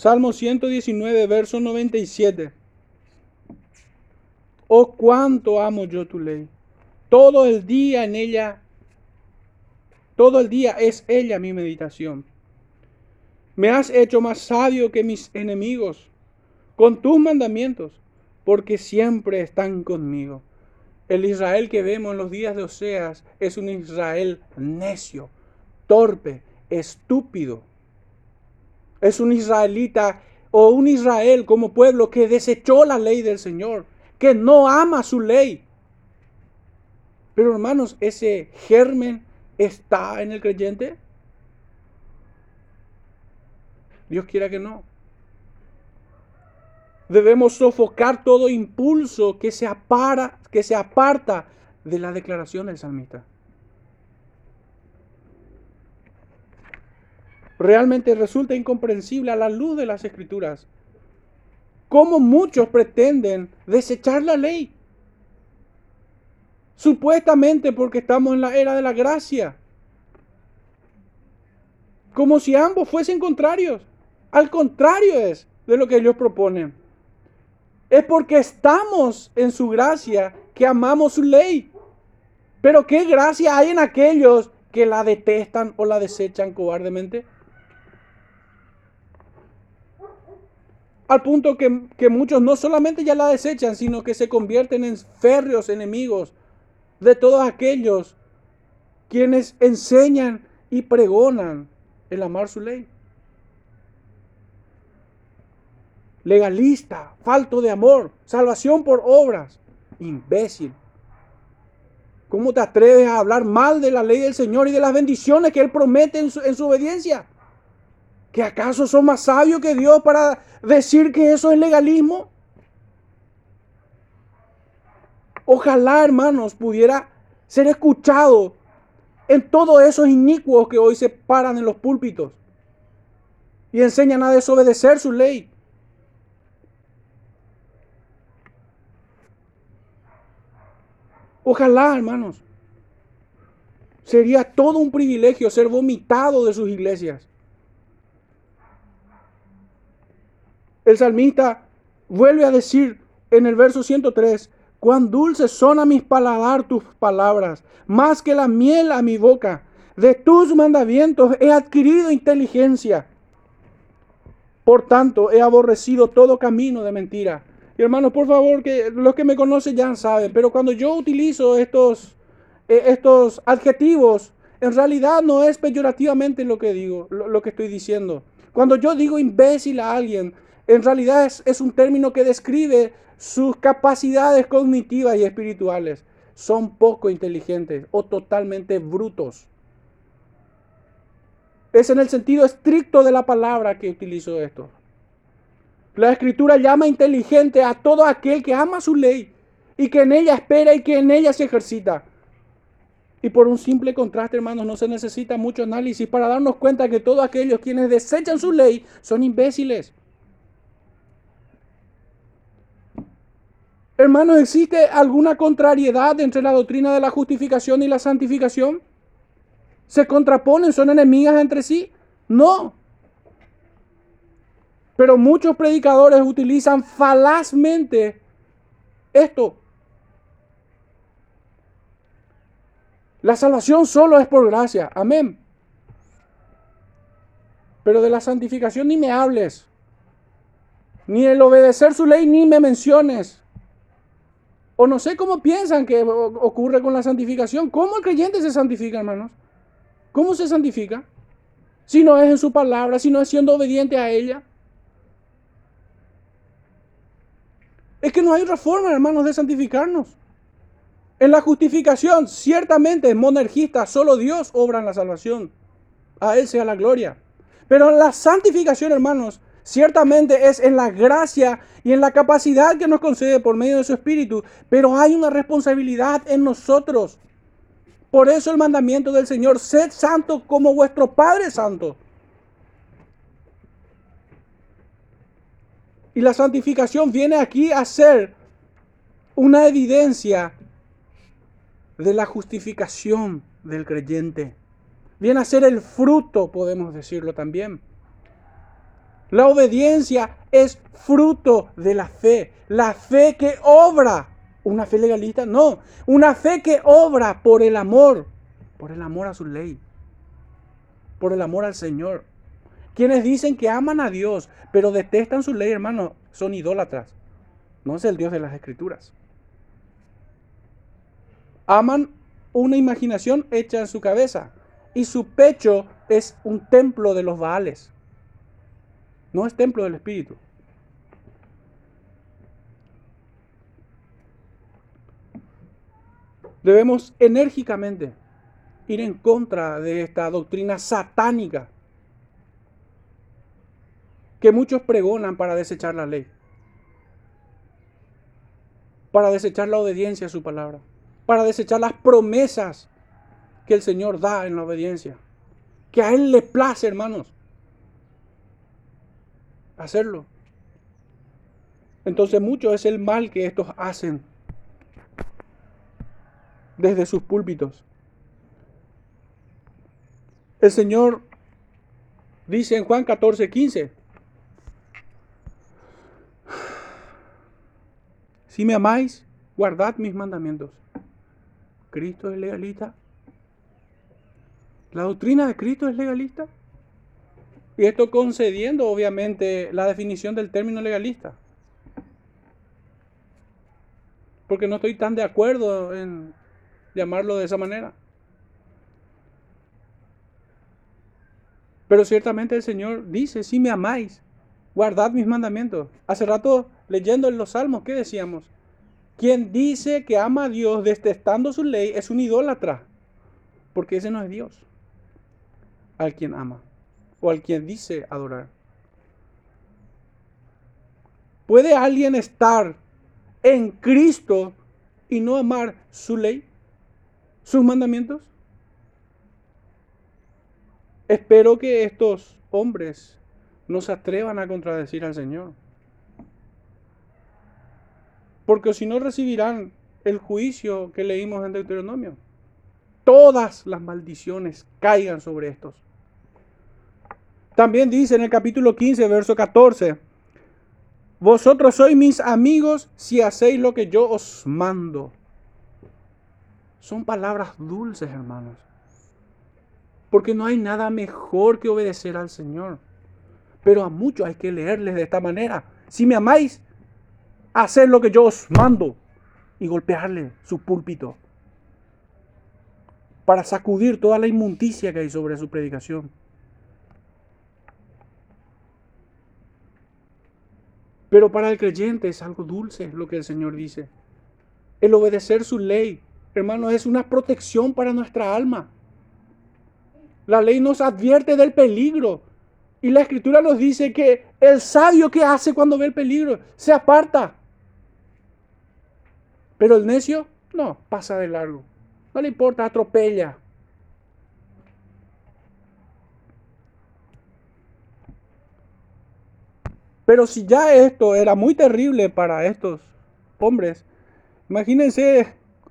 A: Salmo 119, verso 97. Oh, cuánto amo yo tu ley. Todo el día en ella, todo el día es ella mi meditación. Me has hecho más sabio que mis enemigos con tus mandamientos, porque siempre están conmigo. El Israel que vemos en los días de Oseas es un Israel necio, torpe, estúpido. Es un israelita o un Israel como pueblo que desechó la ley del Señor, que no ama su ley. Pero hermanos, ese germen está en el creyente. Dios quiera que no. Debemos sofocar todo impulso que se aparta de la declaración del salmista. Realmente resulta incomprensible a la luz de las Escrituras cómo muchos pretenden desechar la ley. Supuestamente porque estamos en la era de la gracia. Como si ambos fuesen contrarios. Al contrario es de lo que ellos proponen. Es porque estamos en su gracia que amamos su ley. Pero ¿qué gracia hay en aquellos que la detestan o la desechan cobardemente? Al punto que muchos no solamente ya la desechan, sino que se convierten en férreos enemigos de todos aquellos quienes enseñan y pregonan el amar su ley. Legalista, falto de amor, salvación por obras, imbécil. ¿Cómo te atreves a hablar mal de la ley del Señor y de las bendiciones que Él promete en su obediencia? ¿Que acaso sos más sabio que Dios para decir que eso es legalismo? Ojalá, hermanos, pudiera ser escuchado en todos esos inicuos que hoy se paran en los púlpitos y enseñan a desobedecer su ley. Ojalá, hermanos. Sería todo un privilegio ser vomitado de sus iglesias. El salmista vuelve a decir en el verso 103, cuán dulces son a mis paladar tus palabras, más que la miel a mi boca. De tus mandamientos he adquirido inteligencia. Por tanto, he aborrecido todo camino de mentira. Y hermanos, por favor, que los que me conocen ya saben, pero cuando yo utilizo estos adjetivos, en realidad no es peyorativamente lo que digo, lo que estoy diciendo. Cuando yo digo imbécil a alguien, en realidad es un término que describe sus capacidades cognitivas y espirituales. Son poco inteligentes o totalmente brutos. Es en el sentido estricto de la palabra que utilizo esto. La Escritura llama inteligente a todo aquel que ama su ley y que en ella espera y que en ella se ejercita. Y por un simple contraste, hermanos, no se necesita mucho análisis para darnos cuenta que todos aquellos quienes desechan su ley son imbéciles. Hermanos, ¿existe alguna contrariedad entre la doctrina de la justificación y la santificación? ¿Se contraponen? ¿Son enemigas entre sí? No. Pero muchos predicadores utilizan falazmente esto. La salvación solo es por gracia. Amén. Pero de la santificación ni me hables. Ni el obedecer su ley ni me menciones. O no sé cómo piensan que ocurre con la santificación. ¿Cómo el creyente se santifica, hermanos? ¿Cómo se santifica? Si no es en su palabra, si no es siendo obediente a ella. Es que no hay otra forma, hermanos, de santificarnos. En la justificación, ciertamente es monergista, solo Dios obra en la salvación. A Él sea la gloria. Pero en la santificación, hermanos, ciertamente es en la gracia y en la capacidad que nos concede por medio de su Espíritu. Pero hay una responsabilidad en nosotros. Por eso el mandamiento del Señor, sed santo como vuestro Padre es santo. Y la santificación viene aquí a ser una evidencia de la justificación del creyente. Viene a ser el fruto, podemos decirlo también. La obediencia es fruto de la fe que obra. ¿Una fe legalista? No, una fe que obra por el amor a su ley, por el amor al Señor. Quienes dicen que aman a Dios, pero detestan su ley, hermano, son idólatras. No es el Dios de las Escrituras. Aman una imaginación hecha en su cabeza, y su pecho es un templo de los Baales. No es templo del Espíritu. Debemos enérgicamente ir en contra de esta doctrina satánica que muchos pregonan para desechar la ley, para desechar la obediencia a su palabra, para desechar las promesas que el Señor da en la obediencia, que a Él le place, hermanos, hacerlo. Entonces mucho es el mal que estos hacen desde sus púlpitos. El Señor dice en Juan 14:15, si me amáis, guardad mis mandamientos. ¿Cristo es legalista? ¿La doctrina de Cristo es legalista? Y esto concediendo, obviamente, la definición del término legalista. Porque no estoy tan de acuerdo en llamarlo de esa manera. Pero ciertamente el Señor dice, si me amáis, guardad mis mandamientos. Hace rato, leyendo en los Salmos, ¿qué decíamos? Quien dice que ama a Dios detestando su ley es un idólatra. Porque ese no es Dios al quien ama o al quien dice adorar. ¿Puede alguien estar en Cristo y no amar su ley, sus mandamientos? Espero que estos hombres no se atrevan a contradecir al Señor, porque si no recibirán el juicio que leímos en Deuteronomio. Todas las maldiciones caigan sobre estos. También dice en el capítulo 15, verso 14, vosotros sois mis amigos si hacéis lo que yo os mando. Son palabras dulces, hermanos, porque no hay nada mejor que obedecer al Señor. Pero a muchos hay que leerles de esta manera. Si me amáis, haced lo que yo os mando, y golpearle su púlpito para sacudir toda la inmundicia que hay sobre su predicación. Pero para el creyente es algo dulce lo que el Señor dice. El obedecer su ley, hermanos, es una protección para nuestra alma. La ley nos advierte del peligro. Y la Escritura nos dice que el sabio, ¿qué hace cuando ve el peligro? Se aparta. Pero el necio, no, pasa de largo. No le importa, atropella. Pero si ya esto era muy terrible para estos hombres, imagínense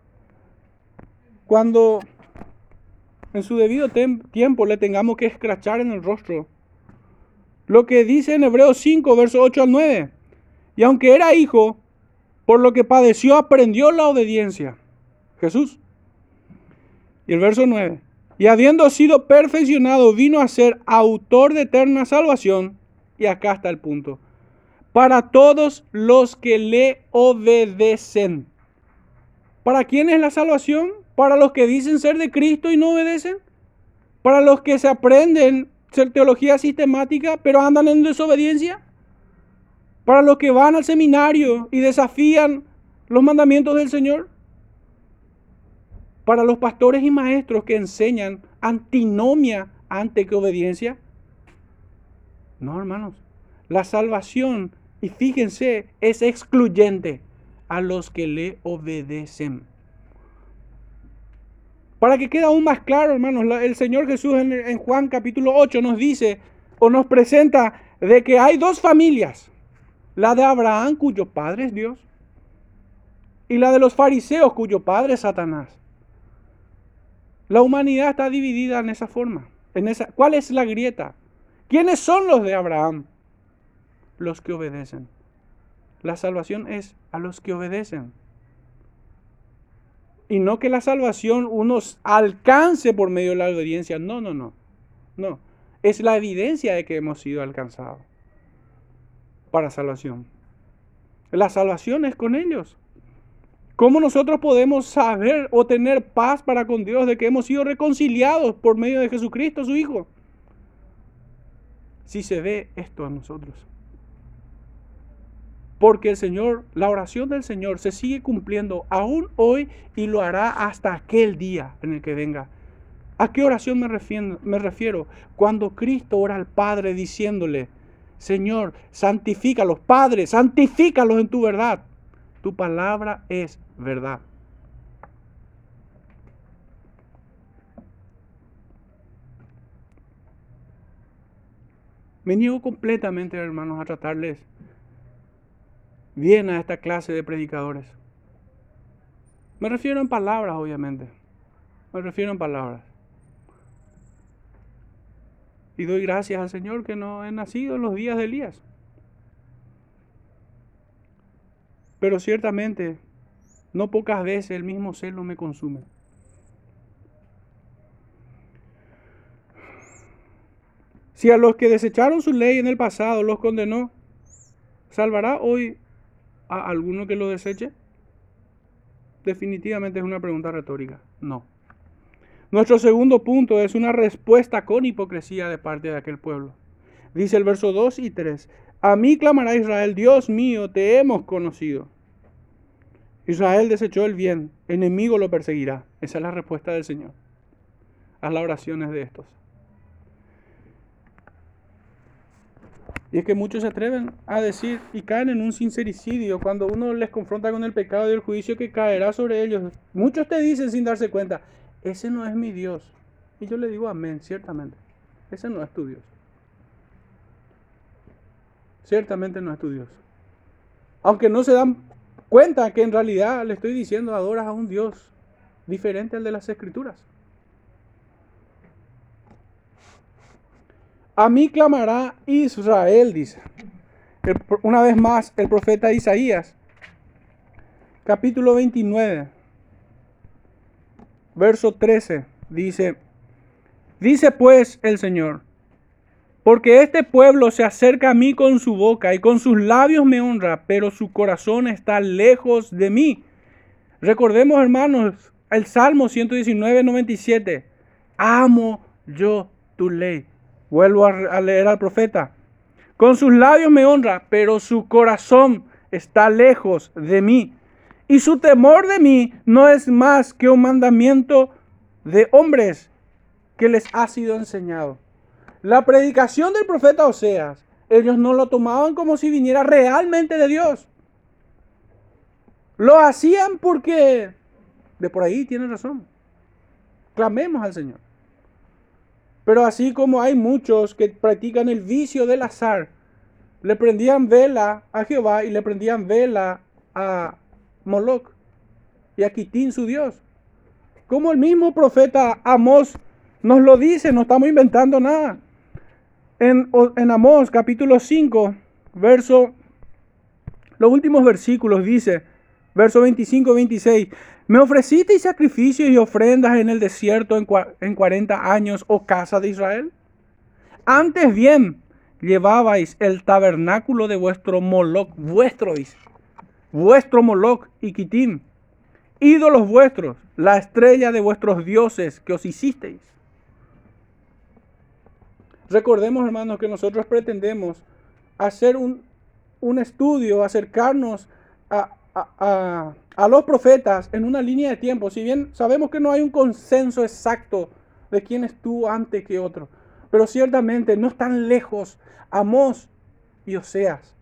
A: cuando en su debido tiempo le tengamos que escrachar en el rostro. Lo que dice en Hebreos 5, versos 8 al 9. Y aunque era hijo, por lo que padeció aprendió la obediencia. Jesús. Y el verso 9. Y habiendo sido perfeccionado, vino a ser autor de eterna salvación. Y acá está el punto. Para todos los que le obedecen. ¿Para quién es la salvación? ¿Para los que dicen ser de Cristo y no obedecen? ¿Para los que se aprenden teología sistemática pero andan en desobediencia? ¿Para los que van al seminario y desafían los mandamientos del Señor? ¿Para los pastores y maestros que enseñan antinomia antes que obediencia? No, hermanos. La salvación, y fíjense, es excluyente a los que le obedecen. Para que quede aún más claro, hermanos, el Señor Jesús en Juan capítulo 8 nos dice o nos presenta de que hay dos familias. La de Abraham, cuyo padre es Dios, y la de los fariseos, cuyo padre es Satanás. La humanidad está dividida en esa forma. ¿Cuál es la grieta? ¿Quiénes son los de Abraham? los que obedecen. La salvación es a los que obedecen. Y no que la salvación uno alcance por medio de la obediencia. No. No. Es la evidencia de que hemos sido alcanzados para salvación. La salvación es con ellos. ¿Cómo nosotros podemos saber o tener paz para con Dios de que hemos sido reconciliados por medio de Jesucristo, su Hijo? Si se ve esto en nosotros. Porque el Señor, la oración del Señor se sigue cumpliendo aún hoy y lo hará hasta aquel día en el que venga. ¿A qué oración me refiero? Cuando Cristo ora al Padre diciéndole: Señor, santifícalos, Padre, santifícalos en tu verdad. Tu palabra es verdad. Me niego completamente, hermanos, a tratarles bien a esta clase de predicadores. Me refiero en palabras, obviamente. Me refiero en palabras. Y doy gracias al Señor que no he nacido en los días de Elías. Pero ciertamente, no pocas veces el mismo celo me consume. Si a los que desecharon su ley en el pasado los condenó, ¿salvará hoy a alguno que lo deseche? Definitivamente es una pregunta retórica. No. Nuestro segundo punto es una respuesta con hipocresía de parte de aquel pueblo. Dice el verso 2 y 3. A mí clamará Israel: Dios mío, te hemos conocido. Israel desechó el bien, enemigo lo perseguirá. Esa es la respuesta del Señor a las oraciones de estos. Y es que muchos se atreven a decir y caen en un sincericidio cuando uno les confronta con el pecado y el juicio que caerá sobre ellos. Muchos te dicen sin darse cuenta: ese no es mi Dios. Y yo le digo amén, ciertamente. Ese no es tu Dios. Ciertamente no es tu Dios. Aunque no se dan cuenta que en realidad le estoy diciendo: adoras a un Dios diferente al de las Escrituras. A mí clamará Israel, dice. Una vez más, el profeta Isaías, capítulo 29, verso 13, dice pues el Señor: porque este pueblo se acerca a mí con su boca y con sus labios me honra, pero su corazón está lejos de mí. Recordemos, hermanos, el Salmo 119, 97. Amo yo tu ley. Vuelvo a leer al profeta. Con sus labios me honra, pero su corazón está lejos de mí. Y su temor de mí no es más que un mandamiento de hombres que les ha sido enseñado. La predicación del profeta Oseas, ellos no lo tomaban como si viniera realmente de Dios. Lo hacían porque, de por ahí tienen razón, clamemos al Señor. Pero así como hay muchos que practican el vicio del azar, le prendían vela a Jehová y le prendían vela a Moloc y a Quitín, su Dios. Como el mismo profeta Amós nos lo dice, no estamos inventando nada. En Amós capítulo 5, los últimos versículos dice, verso 25-26, me ofrecisteis sacrificios y ofrendas en el desierto en 40 años, oh casa de Israel. Antes bien, llevabais el tabernáculo de vuestro Moloc, vuestro Moloc y Quitín, ídolos vuestros, la estrella de vuestros dioses que os hicisteis. Recordemos, hermanos, que nosotros pretendemos hacer un estudio, acercarnos a los profetas en una línea de tiempo. Si bien sabemos que no hay un consenso exacto de quién estuvo antes que otro, pero ciertamente no están lejos Amós y Oseas.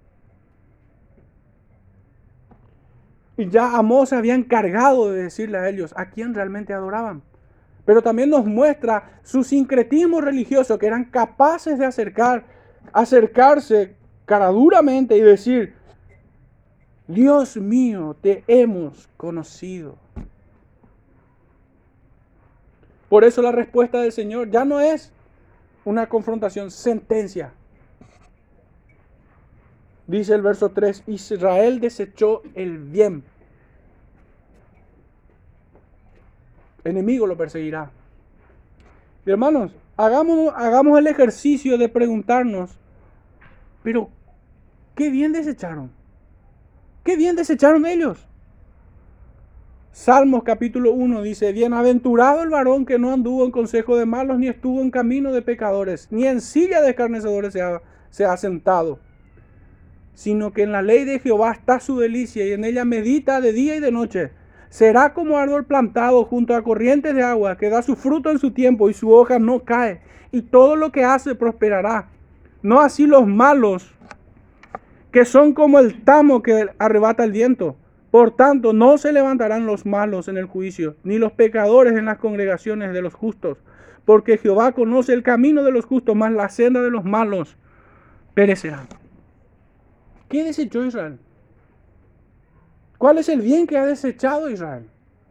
A: Y ya Amós se había encargado de decirle a ellos a quién realmente adoraban. Pero también nos muestra su sincretismo religioso, que eran capaces de acercarse caraduramente y decir: Dios mío, te hemos conocido. Por eso la respuesta del Señor ya no es una confrontación, sentencia. Dice el verso 3, Israel desechó el bien. El enemigo lo perseguirá. Y hermanos, hagamos el ejercicio de preguntarnos, pero ¿qué bien desecharon? ¿Qué bien desecharon ellos? Salmos capítulo 1 dice, bienaventurado el varón que no anduvo en consejo de malos, ni estuvo en camino de pecadores, ni en silla de escarnecedores se ha sentado, sino que en la ley de Jehová está su delicia, y en ella medita de día y de noche. Será como árbol plantado junto a corrientes de agua, que da su fruto en su tiempo, y su hoja no cae, y todo lo que hace prosperará. No así los malos, que son como el tamo que arrebata el viento. Por tanto, no se levantarán los malos en el juicio, ni los pecadores en las congregaciones de los justos, porque Jehová conoce el camino de los justos, mas la senda de los malos perecerá. ¿Qué desechó Israel? ¿Cuál es el bien que ha desechado Israel?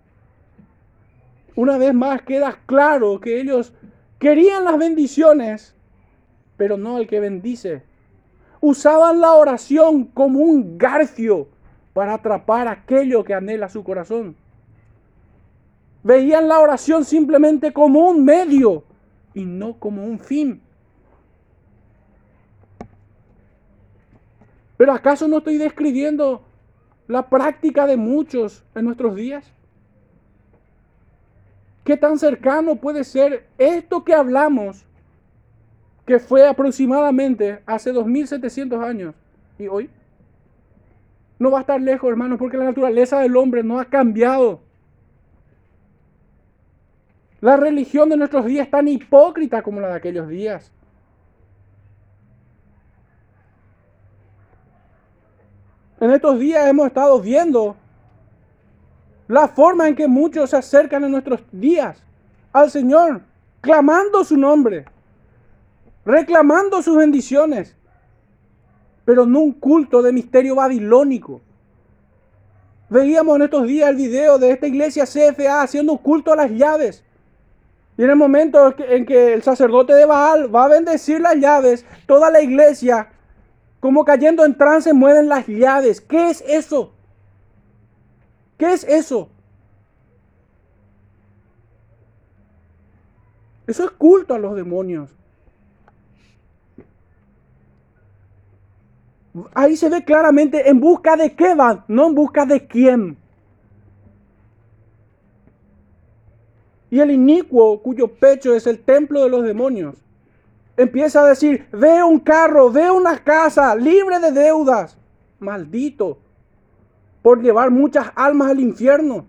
A: Una vez más queda claro que ellos querían las bendiciones, pero no al que bendice. Usaban la oración como un garfio para atrapar aquello que anhela su corazón. Veían la oración simplemente como un medio y no como un fin. Pero ¿acaso no estoy describiendo la práctica de muchos en nuestros días? ¿Qué tan cercano puede ser esto que hablamos, que fue aproximadamente hace 2700 años, y hoy? No va a estar lejos, hermanos, porque la naturaleza del hombre no ha cambiado. La religión de nuestros días es tan hipócrita como la de aquellos días. En estos días hemos estado viendo la forma en que muchos se acercan en nuestros días al Señor, clamando su nombre, reclamando sus bendiciones, pero no un culto de misterio babilónico. Veíamos en estos días el video de esta iglesia CFA haciendo culto a las llaves. Y en el momento en que el sacerdote de Baal va a bendecir las llaves, toda la iglesia, como cayendo en trance, mueven las llaves. ¿Qué es eso? ¿Qué es eso? Eso es culto a los demonios. Ahí se ve claramente en busca de qué van, no en busca de quién. Y el inicuo, cuyo pecho es el templo de los demonios, empieza a decir, ve un carro, ve una casa libre de deudas, maldito, por llevar muchas almas al infierno.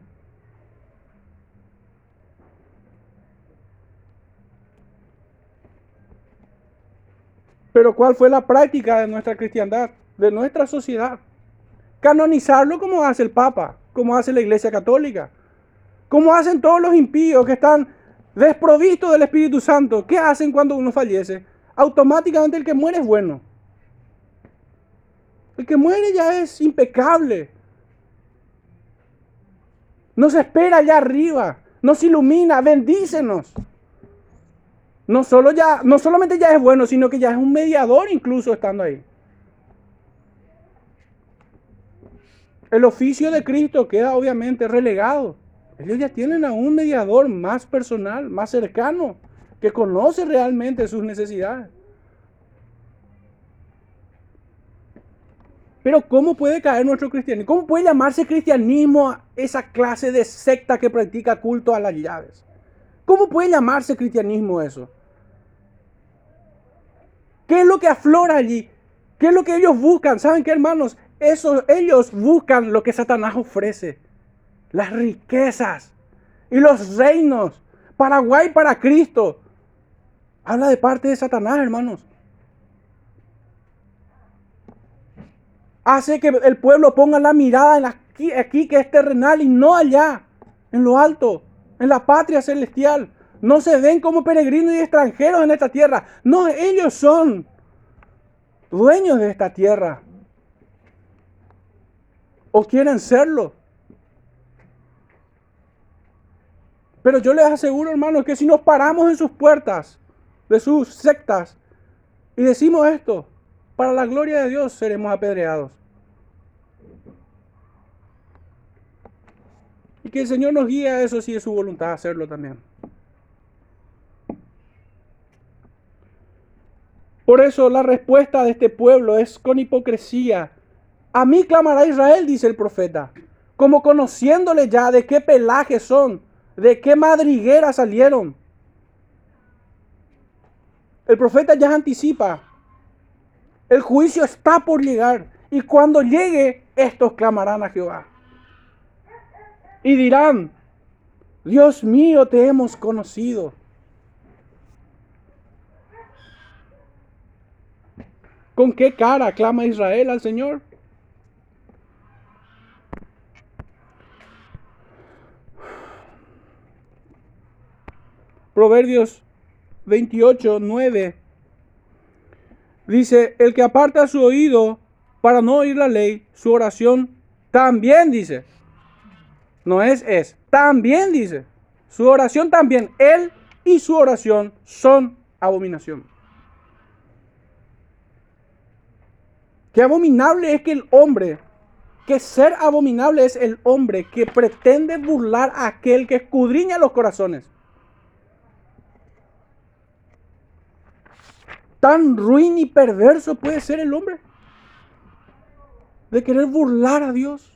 A: Pero ¿cuál fue la práctica de nuestra cristiandad, de nuestra sociedad? Canonizarlo como hace el Papa, como hace la Iglesia Católica, como hacen todos los impíos que están desprovistos del Espíritu Santo. ¿Qué hacen cuando uno fallece? Automáticamente el que muere es bueno. El que muere ya es impecable. Nos espera allá arriba, nos ilumina, bendícenos. No solamente ya es bueno, sino que ya es un mediador incluso estando ahí. El oficio de Cristo queda obviamente relegado. Ellos ya tienen a un mediador más personal, más cercano, que conoce realmente sus necesidades. Pero ¿cómo puede caer nuestro cristianismo? ¿Cómo puede llamarse cristianismo a esa clase de secta que practica culto a las llaves? ¿Cómo puede llamarse cristianismo eso? ¿Qué es lo que aflora allí? ¿Qué es lo que ellos buscan? ¿Saben qué, hermanos? Ellos buscan lo que Satanás ofrece. Las riquezas y los reinos. Paraguay para Cristo. Habla de parte de Satanás, hermanos. Hace que el pueblo ponga la mirada en aquí que es terrenal y no allá, en lo alto, en la patria celestial. No se ven como peregrinos y extranjeros en esta tierra. No, ellos son dueños de esta tierra. O quieren serlo. Pero yo les aseguro, hermanos, que si nos paramos en sus puertas, de sus sectas, y decimos esto, para la gloria de Dios seremos apedreados. Y que el Señor nos guíe a eso si es su voluntad hacerlo también. Por eso la respuesta de este pueblo es con hipocresía. A mí clamará Israel, dice el profeta, como conociéndole ya de qué pelaje son, de qué madriguera salieron. El profeta ya anticipa, el juicio está por llegar, y cuando llegue, estos clamarán a Jehová. Y dirán, Dios mío, te hemos conocido. ¿Con qué cara clama Israel al Señor? Proverbios 28:9 dice, el que aparta su oído para no oír la ley, su oración también dice. No es, también dice. Su oración también, él y su oración son abominación. Qué abominable es que el hombre, que ser abominable es el hombre que pretende burlar a aquel que escudriña los corazones. Tan ruin y perverso puede ser el hombre de querer burlar a Dios.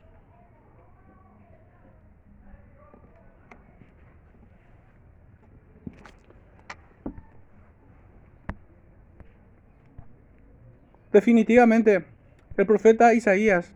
A: Definitivamente, el profeta Isaías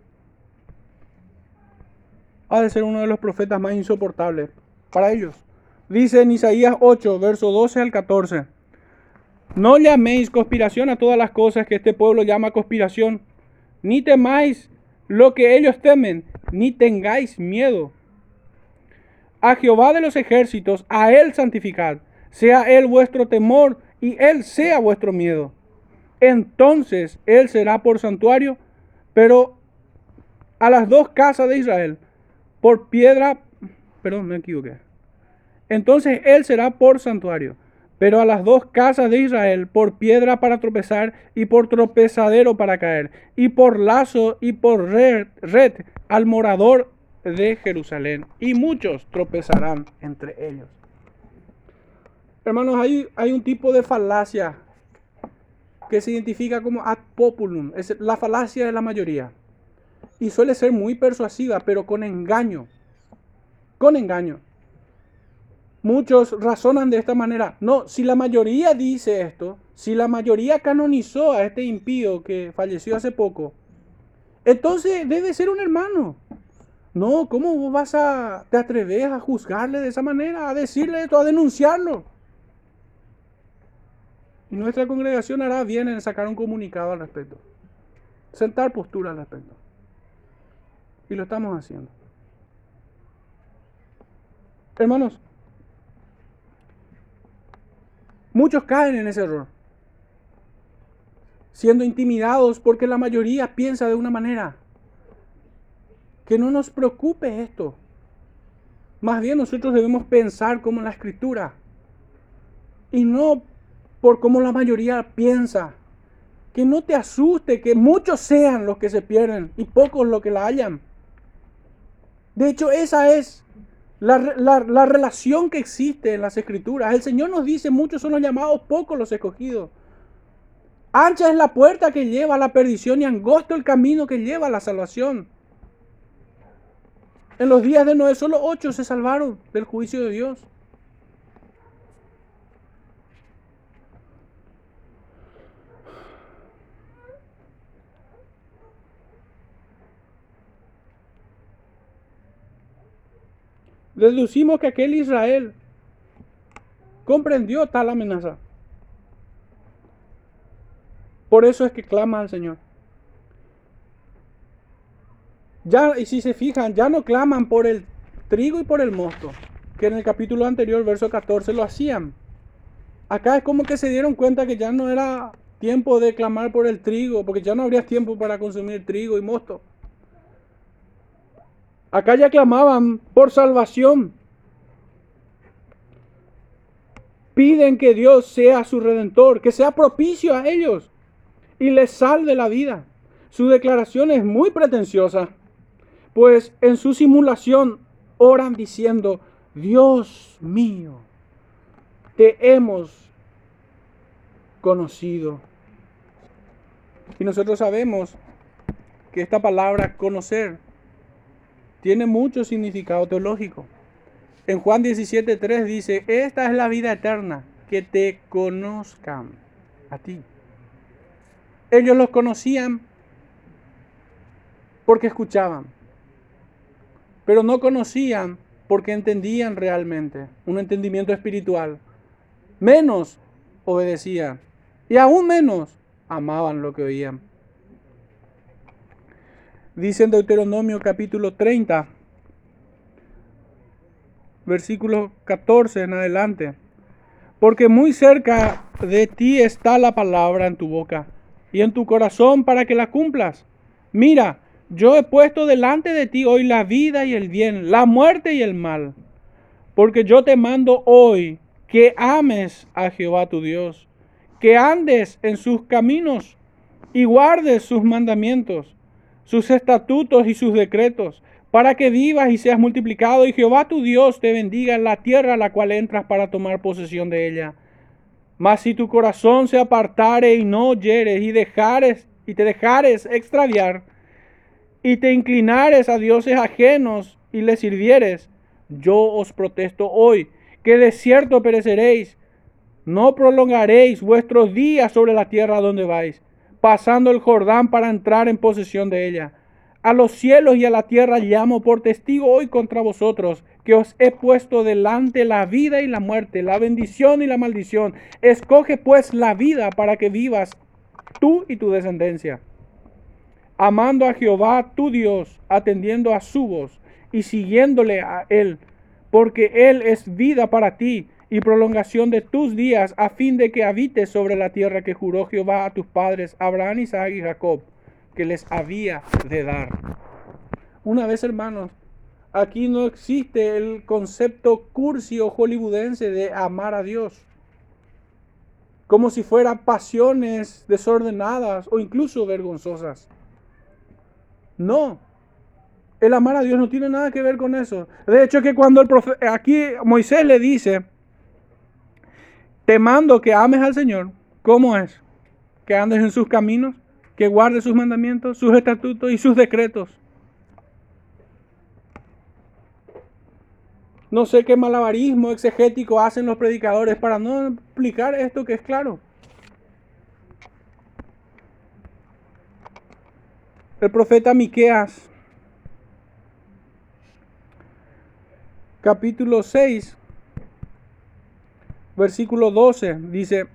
A: ha de ser uno de los profetas más insoportables para ellos. Dice en Isaías 8, verso 12 al 14, no llaméis conspiración a todas las cosas que este pueblo llama conspiración, ni temáis lo que ellos temen, ni tengáis miedo. A Jehová de los ejércitos, a él santificad, sea él vuestro temor y él sea vuestro miedo. Entonces él será por santuario, pero a las dos casas de Israel, por piedra, perdón, me equivoqué. Entonces él será por santuario, pero a las dos casas de Israel, por piedra para tropezar y por tropezadero para caer, y por lazo y por red al morador de Jerusalén, y muchos tropezarán entre ellos. Hermanos, hay un tipo de falacia que se identifica como ad populum, es la falacia de la mayoría. Y suele ser muy persuasiva, pero con engaño. Con engaño. Muchos razonan de esta manera. No, si la mayoría dice esto, si la mayoría canonizó a este impío que falleció hace poco, entonces debe ser un hermano. No, ¿cómo vos te atreves a juzgarle de esa manera, a decirle esto, a denunciarlo? Y nuestra congregación hará bien en sacar un comunicado al respecto. Sentar postura al respecto. Y lo estamos haciendo. Hermanos, muchos caen en ese error. Siendo intimidados porque la mayoría piensa de una manera. Que no nos preocupe esto. Más bien nosotros debemos pensar como la Escritura. Y no por cómo la mayoría piensa. Que no te asuste que muchos sean los que se pierden y pocos los que la hallan. De hecho, esa es la relación que existe en las Escrituras. El Señor nos dice, muchos son los llamados, pocos los escogidos. Ancha es la puerta que lleva a la perdición y angosto el camino que lleva a la salvación. En los días de Noé, solo 8 se salvaron del juicio de Dios. Deducimos que aquel Israel comprendió tal amenaza. Por eso es que clama al Señor. Ya, y si se fijan, ya no claman por el trigo y por el mosto, que en el capítulo anterior, verso 14, lo hacían. Acá es como que se dieron cuenta que ya no era tiempo de clamar por el trigo, porque ya no habría tiempo para consumir trigo y mosto. Acá ya clamaban por salvación. Piden que Dios sea su redentor, que sea propicio a ellos. y le salve la vida. Su declaración es muy pretenciosa, pues en su simulación oran diciendo: Dios mío, te hemos conocido. Y nosotros sabemos que esta palabra conocer tiene mucho significado teológico. En Juan 17:3 dice: esta es la vida eterna, que te conozcan a ti. Ellos los conocían porque escuchaban, pero no conocían porque entendían realmente, un entendimiento espiritual. Menos obedecían y aún menos amaban lo que oían. Dice en Deuteronomio capítulo 30, versículo 14 en adelante: porque muy cerca de ti está la palabra en tu boca y en tu corazón para que la cumplas. Mira, yo he puesto delante de ti hoy la vida y el bien, la muerte y el mal. Porque yo te mando hoy que ames a Jehová tu Dios, que andes en sus caminos y guardes sus mandamientos, sus estatutos y sus decretos, para que vivas y seas multiplicado, y Jehová tu Dios te bendiga en la tierra a la cual entras para tomar posesión de ella. Mas si tu corazón se apartare y no oyeres y te dejares extraviar, y te inclinares a dioses ajenos y les sirvieres, yo os protesto hoy que de cierto pereceréis. No prolongaréis vuestros días sobre la tierra donde vais, pasando el Jordán para entrar en posesión de ella. A los cielos y a la tierra llamo por testigo hoy contra vosotros, que os he puesto delante la vida y la muerte, la bendición y la maldición. Escoge pues la vida para que vivas tú y tu descendencia, amando a Jehová tu Dios, atendiendo a su voz y siguiéndole a Él, porque Él es vida para ti y prolongación de tus días, a fin de que habites sobre la tierra que juró Jehová a tus padres, Abraham, Isaac y Jacob, que les había de dar. Una vez, hermanos, aquí no existe el concepto cursi o hollywoodense de amar a Dios, como si fueran pasiones desordenadas o incluso vergonzosas. No, el amar a Dios no tiene nada que ver con eso. De hecho, que cuando aquí Moisés le dice: te mando que ames al Señor, ¿cómo es? Que andes en sus caminos, que guardes sus mandamientos, sus estatutos y sus decretos. No sé qué malabarismo exegético hacen los predicadores para no explicar esto que es claro. El profeta Miqueas, capítulo 6, versículo 12, dice,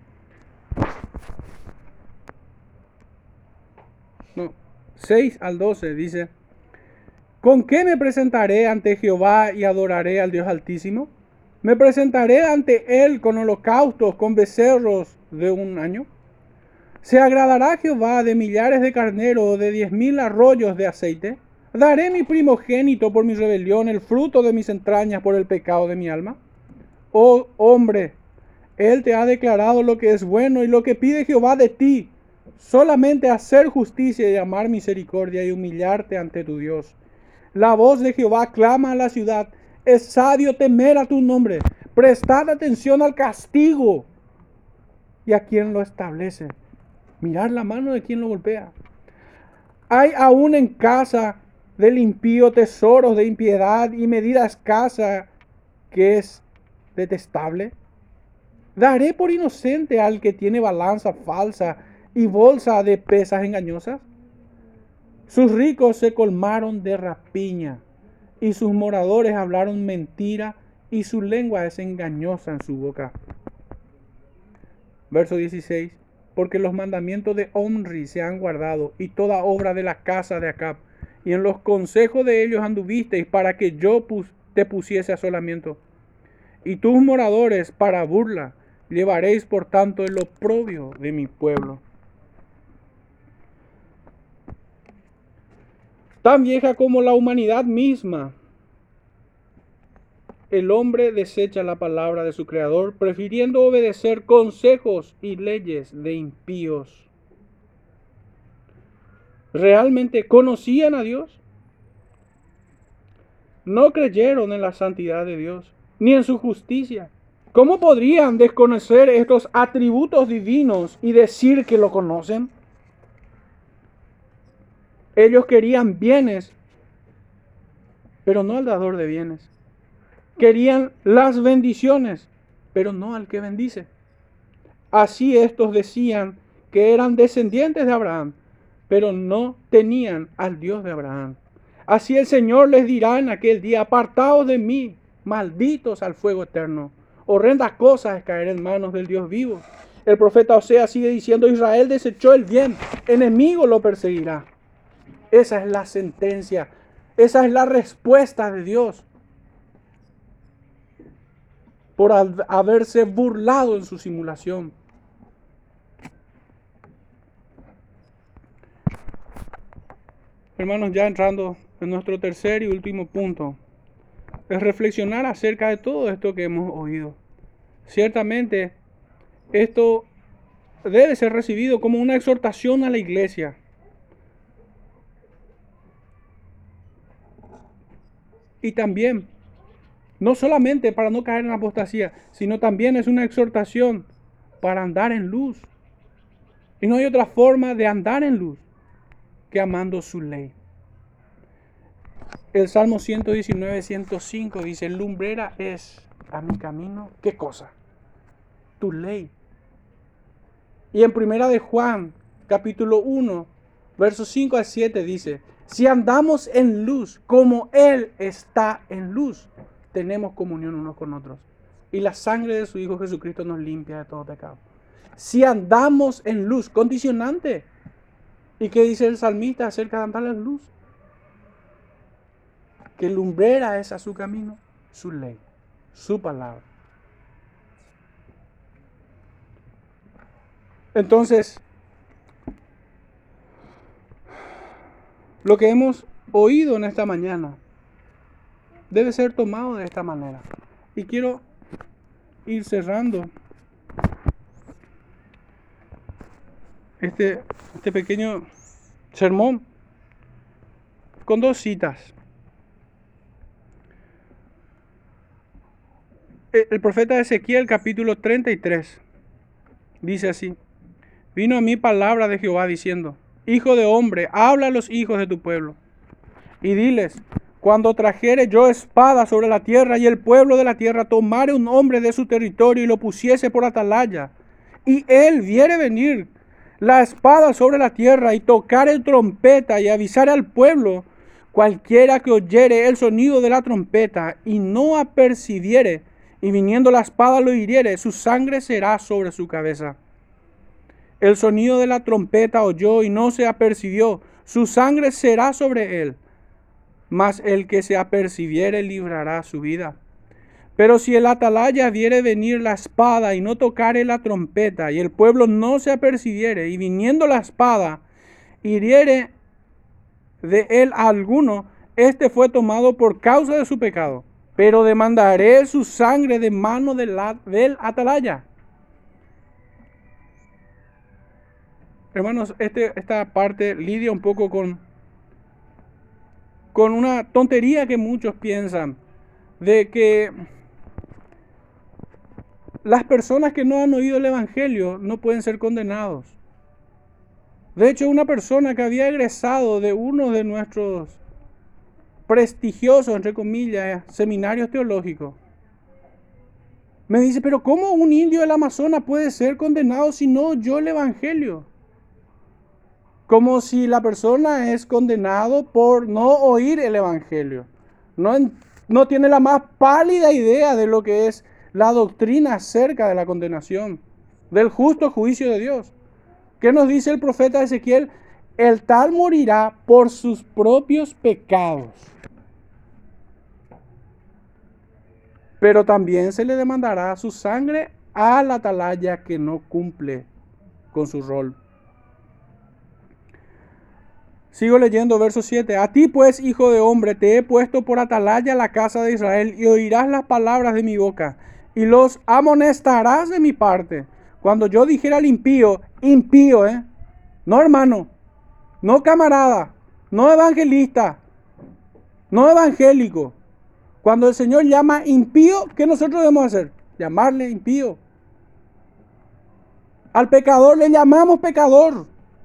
A: 6 al 12, dice: ¿con qué me presentaré ante Jehová y adoraré al Dios Altísimo? ¿Me presentaré ante Él con holocaustos, con becerros de un año? ¿Se agradará Jehová de millares de carneros o de 10,000 arroyos de aceite? ¿Daré mi primogénito por mi rebelión, el fruto de mis entrañas por el pecado de mi alma? Oh hombre, Él te ha declarado lo que es bueno y lo que pide Jehová de ti, solamente hacer justicia y amar misericordia y humillarte ante tu Dios. La voz de Jehová clama a la ciudad: es sabio temer a tu nombre, prestad atención al castigo y a quien lo establece, mirar la mano de quien lo golpea. Hay aún en casa del impío tesoros de impiedad y medida escasa que es detestable. ¿Daré por inocente al que tiene balanza falsa y bolsa de pesas engañosas? Sus ricos se colmaron de rapiña, y sus moradores hablaron mentira, y su lengua es engañosa en su boca. Verso 16. Porque los mandamientos de Omri se han guardado, y toda obra de la casa de Acab, y en los consejos de ellos anduvisteis, para que yo te pusiese asolamiento. Y tus moradores para burla llevaréis por tanto el oprobio de mi pueblo. Tan vieja como la humanidad misma, el hombre desecha la palabra de su Creador, prefiriendo obedecer consejos y leyes de impíos. ¿Realmente conocían a Dios? No creyeron en la santidad de Dios, ni en su justicia. ¿Cómo podrían desconocer estos atributos divinos y decir que lo conocen? Ellos querían bienes, pero no al dador de bienes. Querían las bendiciones, pero no al que bendice. Así estos decían que eran descendientes de Abraham, pero no tenían al Dios de Abraham. Así el Señor les dirá en aquel día: apartaos de mí, malditos al fuego eterno. Horrendas cosas es caer en manos del Dios vivo. El profeta Oseas sigue diciendo: Israel desechó el bien, enemigo lo perseguirá. Esa es la sentencia, esa es la respuesta de Dios por haberse burlado en su simulación. Hermanos, ya entrando en nuestro tercer y último punto, es reflexionar acerca de todo esto que hemos oído. Ciertamente, esto debe ser recibido como una exhortación a la iglesia. Y también, no solamente para no caer en la apostasía, sino también es una exhortación para andar en luz. Y no hay otra forma de andar en luz que amando su ley. El Salmo 119, 105 dice: lumbrera es a mi camino, ¿qué cosa? Tu ley. Y en primera de Juan, capítulo 1, versos 5 al 7 dice: si andamos en luz, como Él está en luz, tenemos comunión unos con otros. Y la sangre de su Hijo Jesucristo nos limpia de todo pecado. Si andamos en luz, condicionante. ¿Y qué dice el salmista acerca de andar en luz? Que lumbrera es a su camino su ley, su palabra. Entonces, lo que hemos oído en esta mañana debe ser tomado de esta manera. Y quiero ir cerrando este pequeño sermón con dos citas. El profeta Ezequiel, capítulo 33, dice así: vino a mí palabra de Jehová diciendo: hijo de hombre, habla a los hijos de tu pueblo y diles: cuando trajere yo espada sobre la tierra y el pueblo de la tierra tomare un hombre de su territorio y lo pusiese por atalaya, y él viere venir la espada sobre la tierra y tocare trompeta y avisare al pueblo, cualquiera que oyere el sonido de la trompeta y no apercibiere, y viniendo la espada lo hiriere, su sangre será sobre su cabeza. El sonido de la trompeta oyó y no se apercibió, su sangre será sobre él. Mas el que se apercibiere librará su vida. Pero si el atalaya viere venir la espada y no tocare la trompeta, y el pueblo no se apercibiere, y viniendo la espada hiriere de él a alguno, este fue tomado por causa de su pecado, pero demandaré su sangre de mano del atalaya. Hermanos, esta parte lidia un poco con una tontería que muchos piensan, de que las personas que no han oído el Evangelio no pueden ser condenados. De hecho, una persona que había egresado de uno de nuestros prestigiosos, entre comillas, seminarios teológicos, me dice: pero ¿cómo un indio del Amazonas puede ser condenado si no oyó el Evangelio? Como si la persona es condenado por no oír el Evangelio. No tiene la más pálida idea de lo que es la doctrina acerca de la condenación, del justo juicio de Dios. ¿Qué nos dice el profeta Ezequiel? El tal morirá por sus propios pecados, pero también se le demandará su sangre a la atalaya que no cumple con su rol. Sigo leyendo verso 7. A ti pues, hijo de hombre, te he puesto por atalaya la casa de Israel, y oirás las palabras de mi boca, y los amonestarás de mi parte. Cuando yo dijera al impío, no hermano, no camarada, no evangelista, no evangélico. Cuando el Señor llama impío, ¿qué nosotros debemos hacer? Llamarle impío. Al pecador le llamamos pecador.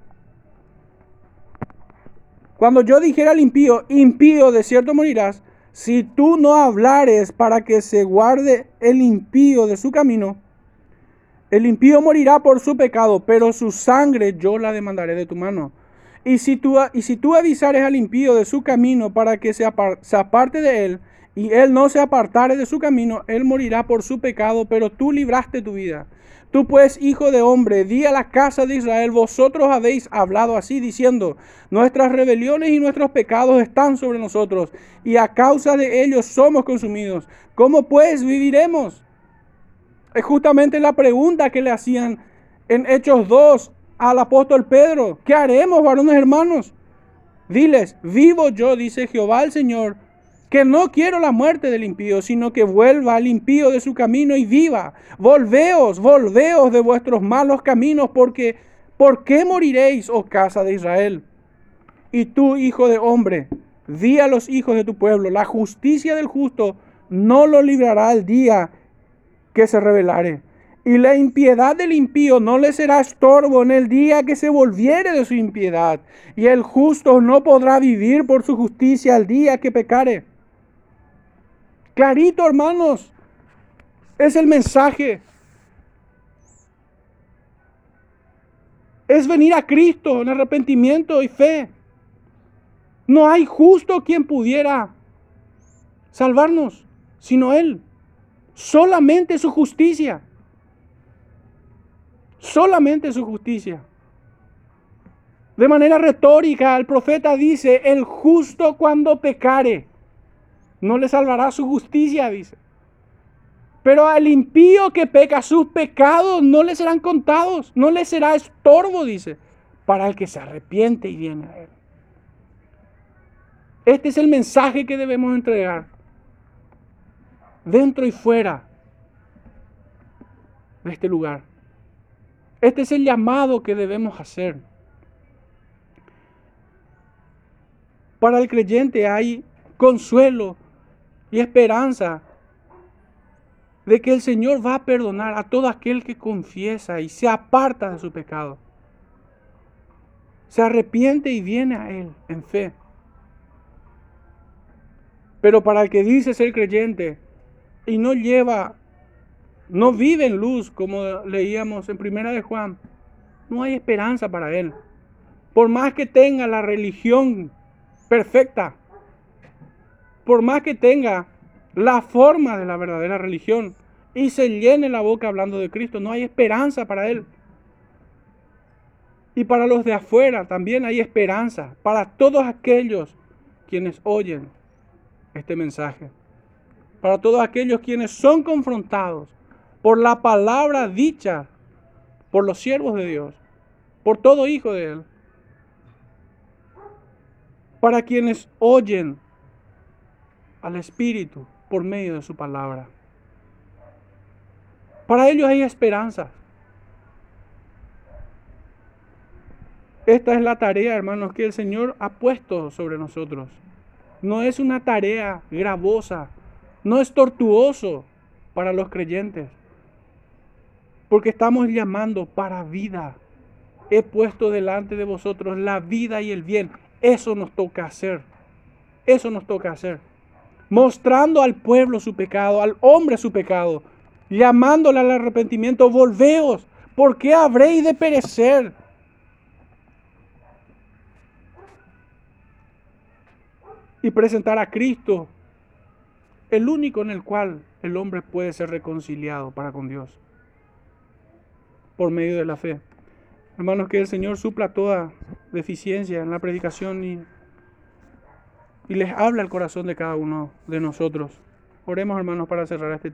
A: Cuando yo dijera al impío, impío de cierto morirás, si tú no hablares para que se guarde el impío de su camino, el impío morirá por su pecado, pero su sangre yo la demandaré de tu mano. Y si tú avisares al impío de su camino para que se aparte de él, y él no se apartare de su camino, él morirá por su pecado, pero tú libraste tu vida. Tú pues, hijo de hombre, di a la casa de Israel, vosotros habéis hablado así, diciendo, nuestras rebeliones y nuestros pecados están sobre nosotros, y a causa de ellos somos consumidos. ¿Cómo pues viviremos? Es justamente la pregunta que le hacían en Hechos 2 al apóstol Pedro. ¿Qué haremos, varones hermanos? Diles, vivo yo, dice Jehová el Señor, que no quiero la muerte del impío, sino que vuelva al impío de su camino y viva. Volveos de vuestros malos caminos, porque ¿por qué moriréis, oh casa de Israel? Y tú, hijo de hombre, di a los hijos de tu pueblo, la justicia del justo no lo librará el día que se rebelare. Y la impiedad del impío no le será estorbo en el día que se volviere de su impiedad. Y el justo no podrá vivir por su justicia el día que pecare. Clarito, hermanos, es el mensaje. Es venir a Cristo en arrepentimiento y fe. No hay justo quien pudiera salvarnos, sino Él. Solamente su justicia. Solamente su justicia. De manera retórica, el profeta dice, el justo cuando pecare, no le salvará su justicia, dice. Pero al impío que peca, sus pecados no le serán contados, no le será estorbo, dice, para el que se arrepiente y viene a Él. Este es el mensaje que debemos entregar, dentro y fuera de este lugar. Este es el llamado que debemos hacer. Para el creyente hay consuelo y esperanza de que el Señor va a perdonar a todo aquel que confiesa y se aparta de su pecado. Se arrepiente y viene a Él en fe. Pero para el que dice ser creyente y no vive en luz, como leíamos en 1 de Juan, no hay esperanza para él. Por más que tenga la religión perfecta, por más que tenga la forma de la verdadera religión y se llene la boca hablando de Cristo, no hay esperanza para él. Y para los de afuera también hay esperanza, para todos aquellos quienes oyen este mensaje, para todos aquellos quienes son confrontados por la palabra dicha por los siervos de Dios, por todo hijo de Él, para quienes oyen al Espíritu por medio de su palabra. Para ellos hay esperanza. Esta es la tarea, hermanos, que el Señor ha puesto sobre nosotros. No es una tarea gravosa, no es tortuoso para los creyentes, porque estamos llamando para vida. He puesto delante de vosotros la vida y el bien. Eso nos toca hacer. Eso nos toca hacer. Mostrando al pueblo su pecado, al hombre su pecado, llamándole al arrepentimiento. Volveos, ¿por qué habréis de perecer? Y presentar a Cristo, el único en el cual el hombre puede ser reconciliado para con Dios, por medio de la fe. Hermanos, que el Señor supla toda deficiencia en la predicación y les habla al corazón de cada uno de nosotros. Oremos, hermanos, para cerrar este